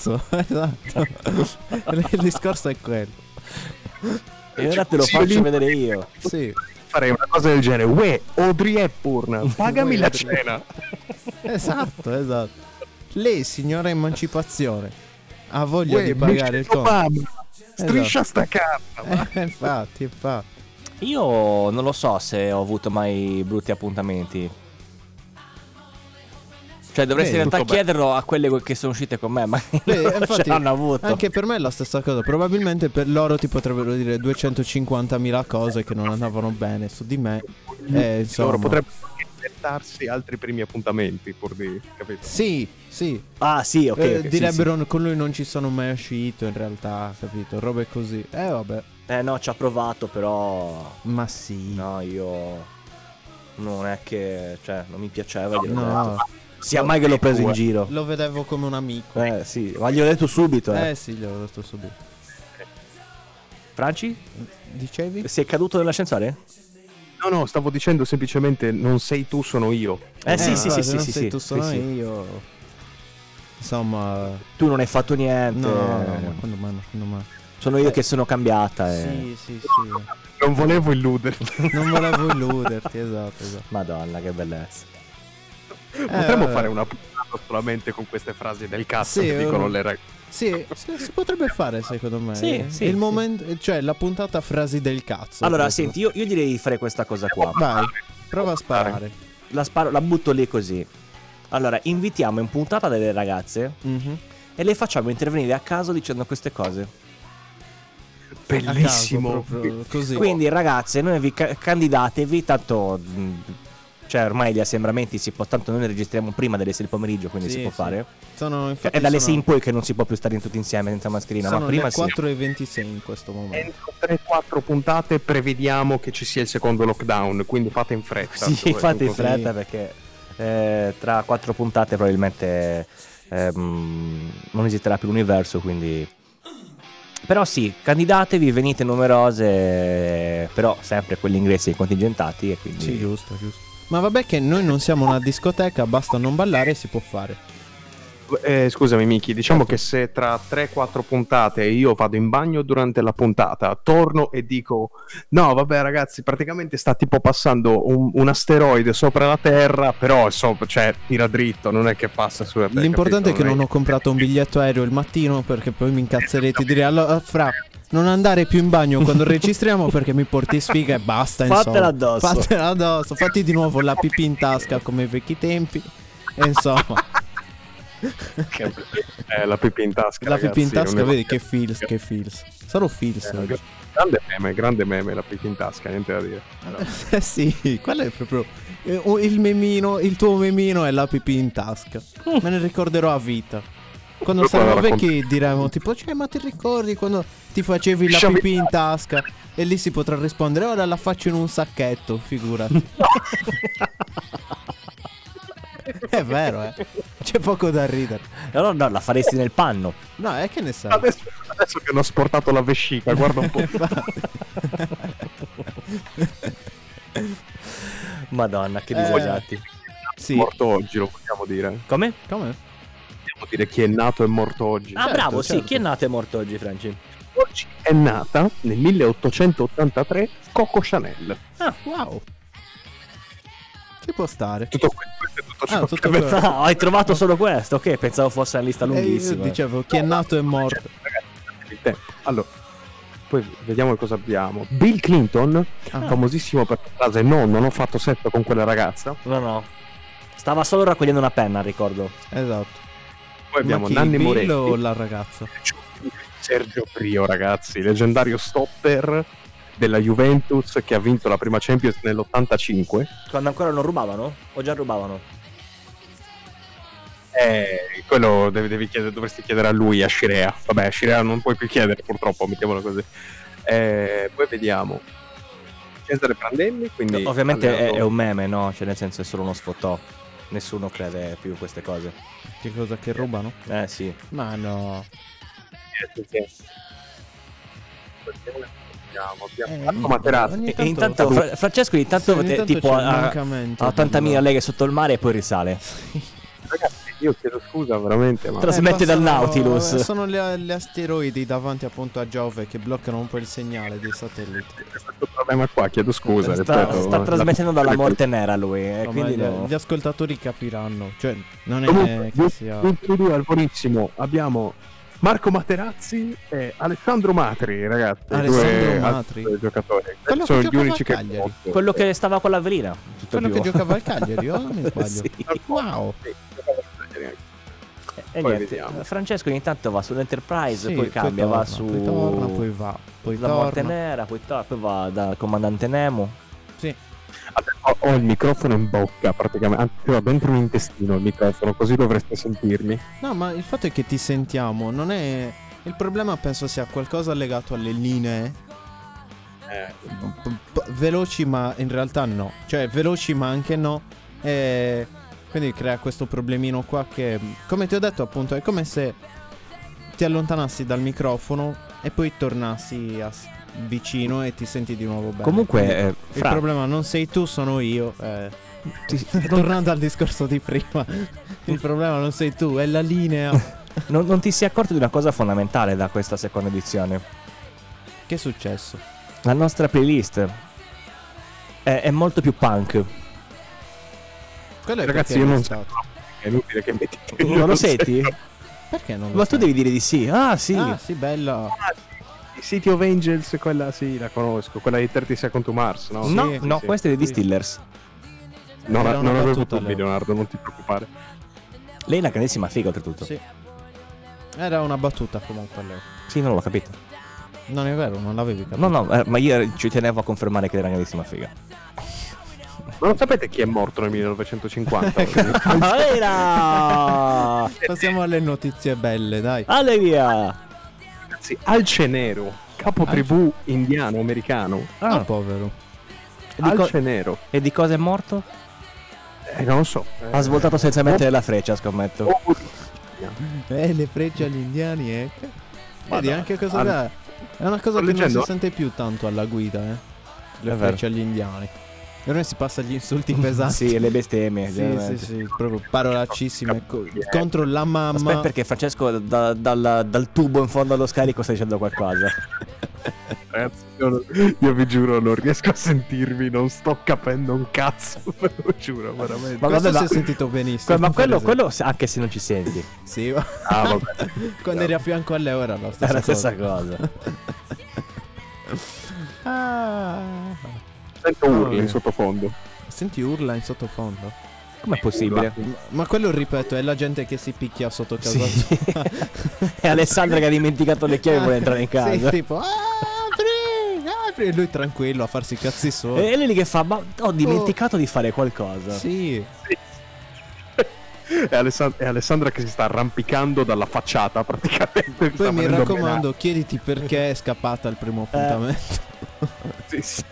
Speaker 3: Il discorso è quello.
Speaker 4: E ora te lo
Speaker 2: Sì,
Speaker 4: faccio
Speaker 2: lì-
Speaker 4: vedere io.
Speaker 3: Sì,
Speaker 2: Farei una cosa del genere. Uè, Audrey Hepburn, pagami
Speaker 3: Uè,
Speaker 2: la
Speaker 3: Audrey.
Speaker 2: cena.
Speaker 3: esatto. Lei, signora emancipazione, ha voglia
Speaker 2: Uè,
Speaker 3: di pagare il
Speaker 2: Michelle
Speaker 3: conto.
Speaker 2: Obama, striscia sta carta. va.
Speaker 3: Infatti.
Speaker 4: Io non lo so se ho avuto mai brutti appuntamenti. Cioè dovresti in realtà
Speaker 2: tutto bene.
Speaker 4: chiederlo a quelle che sono uscite con me, ma
Speaker 3: Infatti,
Speaker 4: ce l'hanno avuto.
Speaker 3: anche per me è la stessa cosa. Probabilmente per loro ti potrebbero dire 250.000 cose che non andavano bene su di me. Insomma.
Speaker 2: Loro potrebbero inventarsi altri primi appuntamenti, pur di, capito?
Speaker 3: Sì.
Speaker 4: Ah sì, ok. ok, sì,
Speaker 3: Direbbero con lui non ci sono mai uscito in realtà, capito? Robe così. Vabbè.
Speaker 4: sì. No, ci ha provato, però
Speaker 3: Ma sì.
Speaker 4: no, io non è che, cioè, non mi piaceva. gliel'ho
Speaker 3: No.
Speaker 4: detto. Sia mai che l'ho preso in giro.
Speaker 3: Lo vedevo come un amico.
Speaker 4: Sì, ma gliel'ho detto subito.
Speaker 3: Sì, glielo detto subito.
Speaker 4: Franci?
Speaker 3: Dicevi?
Speaker 4: Sei caduto nell'ascensore?
Speaker 2: No, stavo dicendo semplicemente non sei tu, sono io.
Speaker 4: Sì,
Speaker 3: infatti,
Speaker 4: sì,
Speaker 3: non
Speaker 4: sì,
Speaker 3: sei
Speaker 4: sì,
Speaker 3: tu
Speaker 4: sì,
Speaker 3: sono
Speaker 4: sì.
Speaker 3: io. Insomma,
Speaker 4: Tu non hai fatto niente.
Speaker 3: no, ma quando mai?
Speaker 4: Sono io che sono cambiata.
Speaker 3: Sì.
Speaker 2: Non volevo illuderti.
Speaker 3: Non volevo illuderti, esatto.
Speaker 4: Madonna, che bellezza.
Speaker 2: Potremmo
Speaker 3: vabbè.
Speaker 2: fare una puntata solamente con queste frasi del cazzo
Speaker 3: Sì,
Speaker 2: che dicono le ragazze.
Speaker 3: Sì, si potrebbe fare secondo me.
Speaker 4: Sì, sì,
Speaker 3: Il
Speaker 4: sì.
Speaker 3: momento, cioè la puntata frasi del cazzo.
Speaker 4: Allora,
Speaker 3: proprio.
Speaker 4: senti, io direi di fare questa cosa qua.
Speaker 3: Vai, prova a sparare.
Speaker 4: La butto lì così. Allora, invitiamo in puntata delle ragazze
Speaker 3: Mhm.
Speaker 4: e le facciamo intervenire a caso dicendo queste cose.
Speaker 2: Bellissimo.
Speaker 3: A caso, proprio così.
Speaker 4: Quindi, ragazze, noi vi candidatevi, tanto. Cioè, ormai gli assembramenti tanto noi ne registriamo prima delle 6 del pomeriggio, quindi
Speaker 3: Sì,
Speaker 4: si può
Speaker 3: sì.
Speaker 4: fare.
Speaker 3: Infatti
Speaker 4: È dalle 6
Speaker 3: sono-
Speaker 4: in poi che non si può più stare tutti insieme senza mascherina,
Speaker 3: sono
Speaker 4: ma prima
Speaker 3: le
Speaker 4: sì.
Speaker 3: 4:26 in questo momento.
Speaker 2: Entro 3-4 puntate prevediamo che ci sia il secondo lockdown, quindi fate in fretta.
Speaker 4: Sì, fate in
Speaker 2: Così-
Speaker 4: fretta perché tra 4 puntate probabilmente non esisterà più l'universo, quindi. Però sì, candidatevi, venite numerose, però sempre quelli ingressi contingentati e quindi.
Speaker 3: Sì, giusto. Ma vabbè che noi non siamo una discoteca, basta non ballare e si può fare.
Speaker 2: Scusami Miki, diciamo che se tra 3-4 puntate io vado in bagno durante la puntata, torno e dico no vabbè ragazzi, praticamente sta tipo passando un asteroide sopra la Terra, però cioè tira dritto, non è che passa sulla Terra.
Speaker 3: L'importante è che non
Speaker 2: è-
Speaker 3: ho comprato un biglietto aereo il mattino perché poi mi incazzerei e direi allora fra non andare più in bagno quando registriamo perché mi porti sfiga e basta.
Speaker 4: Fatela
Speaker 3: insomma.
Speaker 4: addosso.
Speaker 3: Fatela addosso. Fatti di nuovo la pipì in tasca come ai vecchi tempi. E insomma,
Speaker 2: la pipì in tasca.
Speaker 3: la pipì in
Speaker 2: ragazzi,
Speaker 3: tasca,
Speaker 2: non è-
Speaker 3: vedi che feels. Sono feels oggi.
Speaker 2: grande meme la pipì in tasca, niente da dire.
Speaker 3: Sì, quello è proprio il memino, il tuo memino è la pipì in tasca. Me ne ricorderò a vita. Quando
Speaker 2: Dopo
Speaker 3: saremo
Speaker 2: la racconto.
Speaker 3: vecchi diremo tipo, cioè, ma ti ricordi quando ti facevi la
Speaker 2: Sciami-
Speaker 3: pipì in tasca? E lì si potrà rispondere, ora la faccio in un sacchetto, figurati. È vero, c'è poco da ridere.
Speaker 4: No, la faresti nel panno.
Speaker 3: No, è che ne sai.
Speaker 2: Adesso che hanno sportato la vescica, guarda un po'.
Speaker 4: Madonna, che disagiati.
Speaker 3: Sì.
Speaker 2: Morto oggi, lo vogliamo dire.
Speaker 4: Come?
Speaker 3: Come?
Speaker 2: Vogliamo dire chi è nato e morto oggi.
Speaker 4: Ah,
Speaker 3: Certo,
Speaker 4: bravo, sì.
Speaker 3: certo.
Speaker 4: Chi è nato e morto oggi, Franci?
Speaker 2: Oggi è nata nel 1883 Coco Chanel.
Speaker 3: Ah, wow. Ci può stare.
Speaker 2: Tutto questo è tutto ciò
Speaker 3: Ah,
Speaker 2: che
Speaker 3: tutto
Speaker 2: avete-
Speaker 3: quello.
Speaker 4: Ah, hai trovato solo questo? Ok, pensavo fosse una lista
Speaker 3: Io
Speaker 4: lunghissima.
Speaker 3: dicevo, chi è nato è morto.
Speaker 2: il tempo. Allora, poi vediamo cosa abbiamo. Bill Clinton,
Speaker 3: Ah.
Speaker 2: famosissimo per la frase no, non ho fatto sesso con quella ragazza.
Speaker 4: No. Stava solo raccogliendo una penna, ricordo.
Speaker 3: Esatto.
Speaker 2: Poi abbiamo
Speaker 3: Ma chi,
Speaker 2: Nanni
Speaker 3: Bill
Speaker 2: Moretti,
Speaker 3: o la ragazza?
Speaker 2: Sergio Prio, ragazzi, leggendario stopper della Juventus che ha vinto la prima Champions nell'85.
Speaker 4: Quando ancora non rubavano? O già rubavano?
Speaker 2: Quello dovresti chiedere a lui, a Scirea. Vabbè, a Scirea non puoi più chiedere, purtroppo, mettiamolo così. Poi vediamo Cesare Prandelli, quindi
Speaker 4: Ovviamente è
Speaker 2: allenato-
Speaker 4: un meme, no? Cioè nel senso è solo uno sfottò. Nessuno crede più in queste cose.
Speaker 3: Che cosa che rubano?
Speaker 4: Sì.
Speaker 3: Ma no.
Speaker 2: Abbiamo Marco Materazzi.
Speaker 3: ogni
Speaker 4: E intanto Francesco intanto,
Speaker 3: Sì, ogni tanto
Speaker 4: tipo
Speaker 3: c'è un
Speaker 4: a
Speaker 3: mancamento
Speaker 4: 80.000 leghe sotto il mare e poi risale.
Speaker 2: Ragazzi, io chiedo scusa veramente, ma
Speaker 4: Trasmette dal
Speaker 3: passano-
Speaker 4: Nautilus.
Speaker 3: Sono gli asteroidi davanti appunto a Giove che bloccano un po' il segnale dei satelliti.
Speaker 2: questo problema qua, chiedo scusa.
Speaker 4: Sta
Speaker 2: ripeto,
Speaker 4: trasmettendo dalla morte nera lui.
Speaker 3: No, ma
Speaker 4: Quindi no.
Speaker 3: gli ascoltatori capiranno. Cioè, non è
Speaker 2: Comunque,
Speaker 3: che sia.
Speaker 2: ultimi due al buonissimo abbiamo Marco Materazzi e Alessandro Matri, ragazzi.
Speaker 3: Alessandro
Speaker 2: due
Speaker 3: Matri.
Speaker 2: altri giocatori.
Speaker 3: Quello
Speaker 2: Sono
Speaker 3: che
Speaker 2: gli
Speaker 3: giocava
Speaker 2: unici
Speaker 3: a
Speaker 2: che
Speaker 3: Cagliari.
Speaker 2: conosco.
Speaker 4: Quello che stava con l'Avelina. Tutto
Speaker 3: Quello
Speaker 4: più.
Speaker 3: che giocava al Cagliari, o non mi sbaglio?
Speaker 4: Sì.
Speaker 3: Wow.
Speaker 2: Sì, giocava a Cagliari anche.
Speaker 4: E
Speaker 2: Poi
Speaker 4: niente,
Speaker 2: vediamo.
Speaker 4: Francesco ogni tanto va sull'Enterprise,
Speaker 3: Sì,
Speaker 4: poi cambia, va
Speaker 3: torna,
Speaker 4: su
Speaker 3: poi torna, poi va, poi
Speaker 4: la morte
Speaker 3: torna.
Speaker 4: nera, poi va dal comandante Nemo.
Speaker 3: Sì.
Speaker 2: Ho il microfono in bocca praticamente, anzi ho dentro l'intestino il microfono, così dovreste sentirmi.
Speaker 3: No, ma il fatto è che ti sentiamo, non è. Il problema penso sia qualcosa legato alle linee. Veloci, ma in realtà no. Cioè, veloci, ma anche no. E quindi crea questo problemino qua che, come ti ho detto, appunto, è come se ti allontanassi dal microfono e poi tornassi vicino e ti senti di nuovo bene.
Speaker 4: Comunque,
Speaker 3: il
Speaker 4: Fra,
Speaker 3: problema non sei tu, sono io. Tornando al discorso di prima, il problema non sei tu, è la linea.
Speaker 4: non ti sei accorto di una cosa fondamentale da questa seconda edizione?
Speaker 3: Che è successo?
Speaker 4: La nostra playlist è molto più punk.
Speaker 3: Quello è
Speaker 2: Ragazzi,
Speaker 3: perché
Speaker 2: io
Speaker 3: è
Speaker 2: non
Speaker 3: stato.
Speaker 2: È inutile che mettete.
Speaker 4: Non lo senti?
Speaker 3: Perché non lo
Speaker 4: Ma tu
Speaker 3: sai?
Speaker 4: devi dire di sì. Ah, sì.
Speaker 3: Ah, sì, bella.
Speaker 2: City of Angels, quella sì, la conosco, quella di 30 Second to Mars, no?
Speaker 4: no,
Speaker 3: sì,
Speaker 4: no,
Speaker 2: sì.
Speaker 4: questa è dei
Speaker 2: Sì.
Speaker 4: Distillers.
Speaker 2: Non,
Speaker 3: Era una
Speaker 2: non avevo
Speaker 3: battuta,
Speaker 2: dubbi,
Speaker 3: Leo.
Speaker 2: Leonardo, non ti preoccupare.
Speaker 4: Lei è una grandissima figa, oltretutto.
Speaker 3: Sì. Era una battuta comunque, Leo.
Speaker 4: Sì, non l'ho capito.
Speaker 3: Non è vero, non l'avevi capito.
Speaker 4: No, ma io ci tenevo a confermare che era una grandissima figa.
Speaker 2: Ma non sapete chi è morto nel 1950?
Speaker 4: Era!
Speaker 3: Passiamo alle notizie belle, dai.
Speaker 4: Ale via!
Speaker 2: Ragazzi, Alce Nero, capo tribù indiano americano.
Speaker 3: Ah, povero.
Speaker 4: E di, co-
Speaker 2: Alce Nero.
Speaker 4: e di cosa è morto?
Speaker 2: Non lo so.
Speaker 4: Ha svoltato senza mettere la freccia, scommetto.
Speaker 3: Le frecce agli indiani, Vedi
Speaker 2: Madonna.
Speaker 3: anche cosa da. È una cosa
Speaker 2: Sto
Speaker 3: che non
Speaker 2: leggendo?
Speaker 3: si sente più tanto alla guida, Le
Speaker 4: È vero.
Speaker 3: frecce agli indiani. E ora si passa agli insulti pesanti.
Speaker 4: Sì, le bestemmie.
Speaker 3: Sì,
Speaker 4: generalmente.
Speaker 3: sì, proprio parolaccissime contro la mamma.
Speaker 4: Aspetta, perché Francesco dal tubo in fondo allo scarico sta dicendo qualcosa.
Speaker 2: Ragazzi, io vi giuro, non riesco a sentirvi, non sto capendo un cazzo, ve lo giuro, veramente.
Speaker 4: Ma
Speaker 3: Questo
Speaker 4: vabbè,
Speaker 3: si è
Speaker 4: ma-
Speaker 3: sentito benissimo.
Speaker 4: Ma
Speaker 3: per esempio.
Speaker 4: quello anche se non ci senti.
Speaker 3: Sì, ma
Speaker 2: Ah, vabbè.
Speaker 3: quando eri a fianco a Leo era la stessa
Speaker 4: È la
Speaker 3: cosa.
Speaker 4: stessa cosa.
Speaker 3: Ah.
Speaker 2: Sento urli
Speaker 3: Oh,
Speaker 2: in sottofondo.
Speaker 3: Senti urla in sottofondo?
Speaker 4: Com'è possibile?
Speaker 3: Ma quello, ripeto, è la gente che si picchia sotto casa
Speaker 4: Sì.
Speaker 3: sua.
Speaker 4: È Alessandra che ha dimenticato le chiavi e vuole entrare in
Speaker 3: Sì,
Speaker 4: casa.
Speaker 3: tipo, apri, apri. E lui tranquillo a farsi i cazzi suoi.
Speaker 4: E lei lì che fa, ma ho dimenticato di fare qualcosa.
Speaker 3: Sì.
Speaker 2: È Alessandra che si sta arrampicando dalla facciata praticamente.
Speaker 3: Poi mi raccomando, chiediti perché è scappata al primo appuntamento.
Speaker 2: Sì, sì.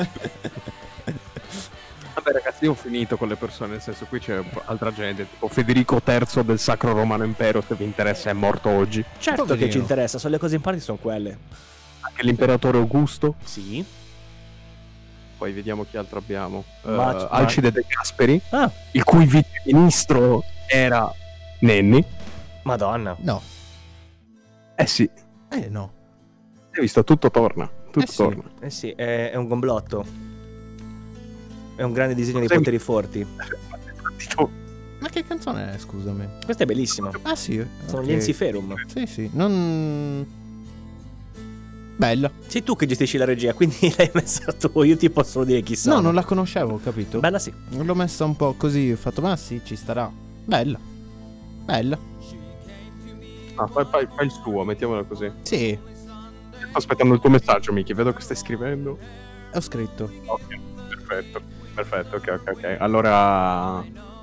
Speaker 2: Vabbè ragazzi, io ho finito con le persone, nel senso qui c'è altra gente, tipo Federico III del Sacro Romano Impero, se vi interessa, è morto oggi.
Speaker 4: Certo
Speaker 3: Poverino.
Speaker 4: che ci interessa, sono le cose importanti, sono quelle.
Speaker 2: Anche l'imperatore Augusto.
Speaker 4: Sì.
Speaker 2: Poi vediamo chi altro abbiamo.
Speaker 4: Ma-
Speaker 2: Alcide De Gasperi,
Speaker 4: Ah,
Speaker 2: il cui viceministro era Nenni.
Speaker 4: Madonna.
Speaker 3: No.
Speaker 2: Eh sì,
Speaker 3: No.
Speaker 2: hai visto, tutto torna. Tutto
Speaker 3: sì.
Speaker 2: torna.
Speaker 4: Eh sì, è un complotto. È un grande disegno di
Speaker 2: Sì.
Speaker 4: poteri forti.
Speaker 3: Ma che canzone è, scusami?
Speaker 4: Questo è bellissimo.
Speaker 3: Ah sì.
Speaker 4: Sono
Speaker 3: ok.
Speaker 4: gli Ensiferum.
Speaker 3: Sì, sì. Non. Bella.
Speaker 4: Sei tu che gestisci la regia, quindi l'hai messa tu. Io ti posso dire chi sono.
Speaker 3: No, non la conoscevo, capito?
Speaker 4: Bella sì.
Speaker 3: L'ho messa un po' così, ho fatto, ma sì, ci starà. Bella. Bella.
Speaker 2: Ah, fai il suo, mettiamola così.
Speaker 3: Sì.
Speaker 2: sto aspettando il tuo messaggio, Miki. Vedo che stai scrivendo.
Speaker 3: Ho scritto.
Speaker 2: Ok, perfetto, ok. Allora...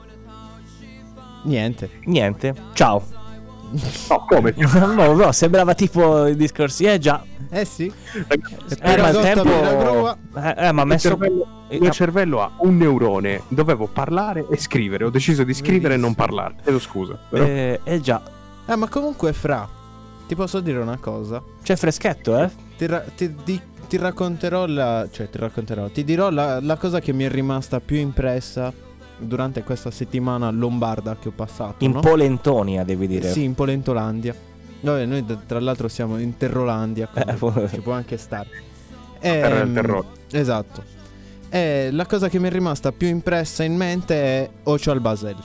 Speaker 3: Niente.
Speaker 4: Niente. Ciao.
Speaker 2: No, come?
Speaker 4: No, sembrava tipo i discorsi. Già.
Speaker 3: Eh sì.
Speaker 4: Ma il
Speaker 3: Piragotta,
Speaker 4: tempo.
Speaker 3: Piragua.
Speaker 4: Ma ha
Speaker 2: Il
Speaker 4: messo.
Speaker 2: mio cervello ha un neurone. Dovevo parlare e scrivere. Ho deciso di scrivere e non parlare. Chiedo scusa. Però...
Speaker 4: Già.
Speaker 3: Ma comunque, Fra, ti posso dire una cosa?
Speaker 4: C'è freschetto, eh?
Speaker 3: Ti racconterò ti dirò la cosa che mi è rimasta più impressa durante questa settimana lombarda che ho passato,
Speaker 4: In
Speaker 3: no?
Speaker 4: Polentonia, devi dire.
Speaker 3: Sì, in Polentolandia. Vabbè, noi tra l'altro siamo in Terrolandia, quindi ci può anche stare.
Speaker 2: Terra del terrore.
Speaker 3: Esatto. E la cosa che mi è rimasta più impressa in mente è Ocio al Basel.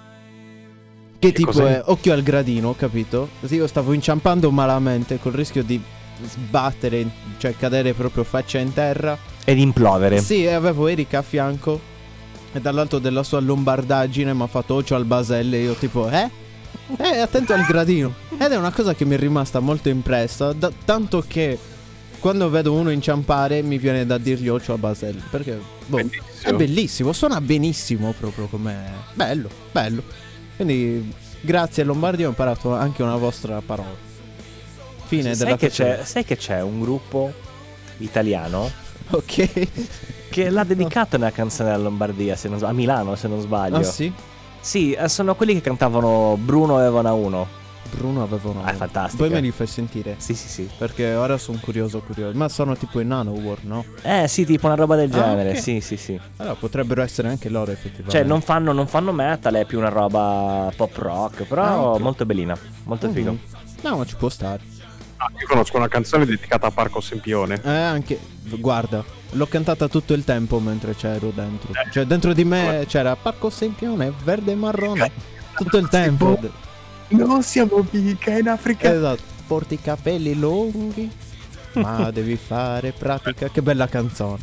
Speaker 3: Che tipo
Speaker 2: cos'è?
Speaker 3: è occhio al gradino, capito? Così io stavo inciampando malamente col rischio di sbattere, cioè cadere proprio faccia in terra.
Speaker 4: Ed implodere.
Speaker 3: Sì, e avevo Erika a fianco e dall'alto della sua lombardaggine mi ha fatto Ocio al Basel e io tipo attento al gradino. Ed è una cosa che mi è rimasta molto impressa, tanto che quando vedo uno inciampare mi viene da dirgli Ocio al Basel, perché è bellissimo, suona benissimo proprio come bello. Quindi grazie a Lombardia ho imparato anche una vostra parola. Fine della
Speaker 4: Sai che c'è un gruppo italiano
Speaker 3: Ok.
Speaker 4: che l'ha dedicato una canzone alla Lombardia, se non a Milano, se non sbaglio.
Speaker 3: Ah sì?
Speaker 4: Sì, sono quelli che cantavano Bruno aveva una 1.
Speaker 3: Bruno aveva una.
Speaker 4: È fantastico.
Speaker 3: Poi me li fai sentire.
Speaker 4: Sì.
Speaker 3: Perché ora sono curioso. Ma sono tipo i Nanowar, no?
Speaker 4: Sì, tipo una roba del genere.
Speaker 3: ok.
Speaker 4: Sì.
Speaker 3: Allora potrebbero essere anche loro effettivamente.
Speaker 4: Cioè non fanno metal, è più una roba pop rock, però
Speaker 3: ok.
Speaker 4: molto bellina, molto figo.
Speaker 3: No, ma ci può stare.
Speaker 2: Io conosco una canzone dedicata a Parco Sempione.
Speaker 3: Anche. Guarda, l'ho cantata tutto il tempo mentre c'ero dentro. Cioè dentro di me c'era Parco Sempione, verde e marrone. Tutto il tempo.
Speaker 2: Non siamo mica in Africa.
Speaker 3: Esatto. Porti i capelli lunghi, ma devi fare pratica. Che bella canzone.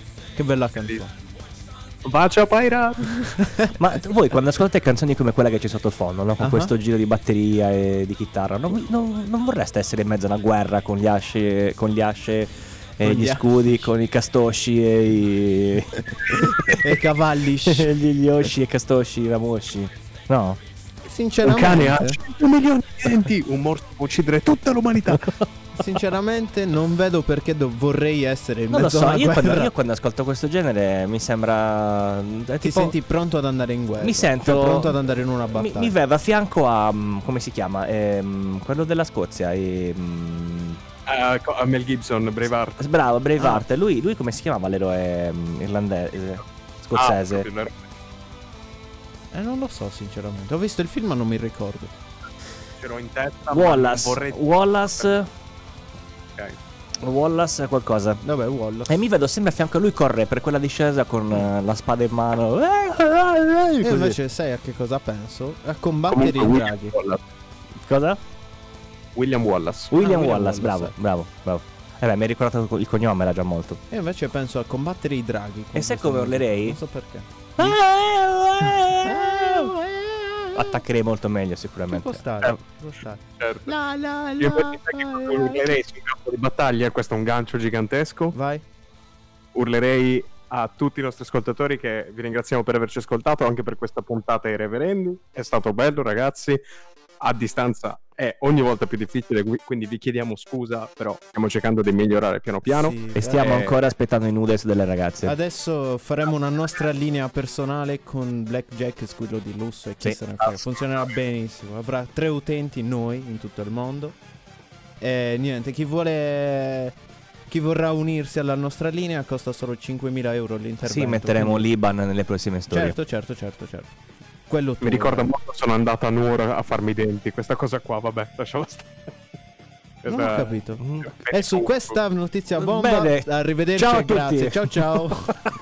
Speaker 2: Bacia Paira.
Speaker 4: Ma voi quando ascoltate canzoni come quella che c'è sottofondo, no? Con
Speaker 3: Ah.
Speaker 4: questo giro di batteria e di chitarra, non vorreste essere in mezzo a una guerra con gli asce, e gli scudi, con i castosci e i
Speaker 3: E cavalli.
Speaker 4: gli yoshi e castosci, ramosci? No?
Speaker 2: Un
Speaker 3: Sinceramente.
Speaker 2: cane ha 100 milioni di denti. Un morso può uccidere tutta l'umanità.
Speaker 3: Sinceramente non vedo perché vorrei essere in
Speaker 4: Non lo
Speaker 3: mezzo
Speaker 4: so,
Speaker 3: a una
Speaker 4: io
Speaker 3: guerra.
Speaker 4: quando ascolto questo genere mi sembra
Speaker 3: Ti
Speaker 4: tipo,
Speaker 3: senti pronto ad andare in guerra.
Speaker 4: mi sento
Speaker 3: Cioè, pronto ad andare in una battaglia.
Speaker 4: mi vedo a fianco a come si chiama? Quello della Scozia
Speaker 2: A Mel Gibson, Braveheart.
Speaker 4: bravo, Braveheart. Lui come si chiamava l'eroe irlandese scozzese?
Speaker 3: Non lo so sinceramente. Ho visto il film ma non mi ricordo.
Speaker 2: Ce l'ho in testa. ma non vorrei-
Speaker 4: Wallace
Speaker 2: Ok.
Speaker 4: Wallace qualcosa.
Speaker 3: Vabbè, Wallace.
Speaker 4: E mi vedo sempre a fianco a lui corre per quella discesa con la spada in mano.
Speaker 3: Io
Speaker 4: Così.
Speaker 3: invece sai a che cosa penso? A combattere
Speaker 2: Comunque,
Speaker 3: i draghi.
Speaker 4: Cosa?
Speaker 2: William Wallace.
Speaker 4: William
Speaker 3: William
Speaker 4: Wallace,
Speaker 3: Wallace.
Speaker 4: bravo. Mi hai ricordato il cognome, era già molto.
Speaker 3: Io invece penso a combattere i draghi.
Speaker 4: E sai
Speaker 3: questo
Speaker 4: come
Speaker 3: nome.
Speaker 4: urlerei?
Speaker 3: Non so perché.
Speaker 4: Attaccherei molto meglio
Speaker 3: Ci
Speaker 4: sicuramente.
Speaker 3: può stare. Può stare.
Speaker 2: Certo.
Speaker 3: La la
Speaker 2: Io
Speaker 3: la.
Speaker 2: invece sai che cosa urlerei su un campo di battaglia. Questo è un gancio gigantesco.
Speaker 3: Vai.
Speaker 2: Urlerei a tutti i nostri ascoltatori che vi ringraziamo per averci ascoltato anche per questa puntata ai reverendi. È stato bello, ragazzi. A distanza è ogni volta più difficile, quindi vi chiediamo scusa, però stiamo cercando di migliorare piano piano.
Speaker 3: Sì,
Speaker 4: E stiamo
Speaker 2: Eh.
Speaker 4: ancora aspettando i nudes delle ragazze.
Speaker 3: Adesso faremo una nostra linea personale con Blackjack e Squillo di lusso e chi
Speaker 4: Sì.
Speaker 3: se ne frega. Funzionerà benissimo. Avrà 3 utenti, noi, in tutto il mondo. E niente, chi vorrà unirsi alla nostra linea costa solo 5.000 euro l'intervento.
Speaker 4: Sì, metteremo
Speaker 3: quindi-
Speaker 4: l'Iban nelle prossime storie.
Speaker 3: Certo. Quello tu.
Speaker 2: Mi ricorda molto, sono andato a Nuoro a farmi i denti. Questa cosa qua, vabbè, lasciamo stare.
Speaker 3: Non ho capito.
Speaker 4: Mm.
Speaker 3: E su questa notizia bomba,
Speaker 4: Bene.
Speaker 3: arrivederci
Speaker 4: Ciao a
Speaker 3: e grazie.
Speaker 4: tutti.
Speaker 3: Ciao.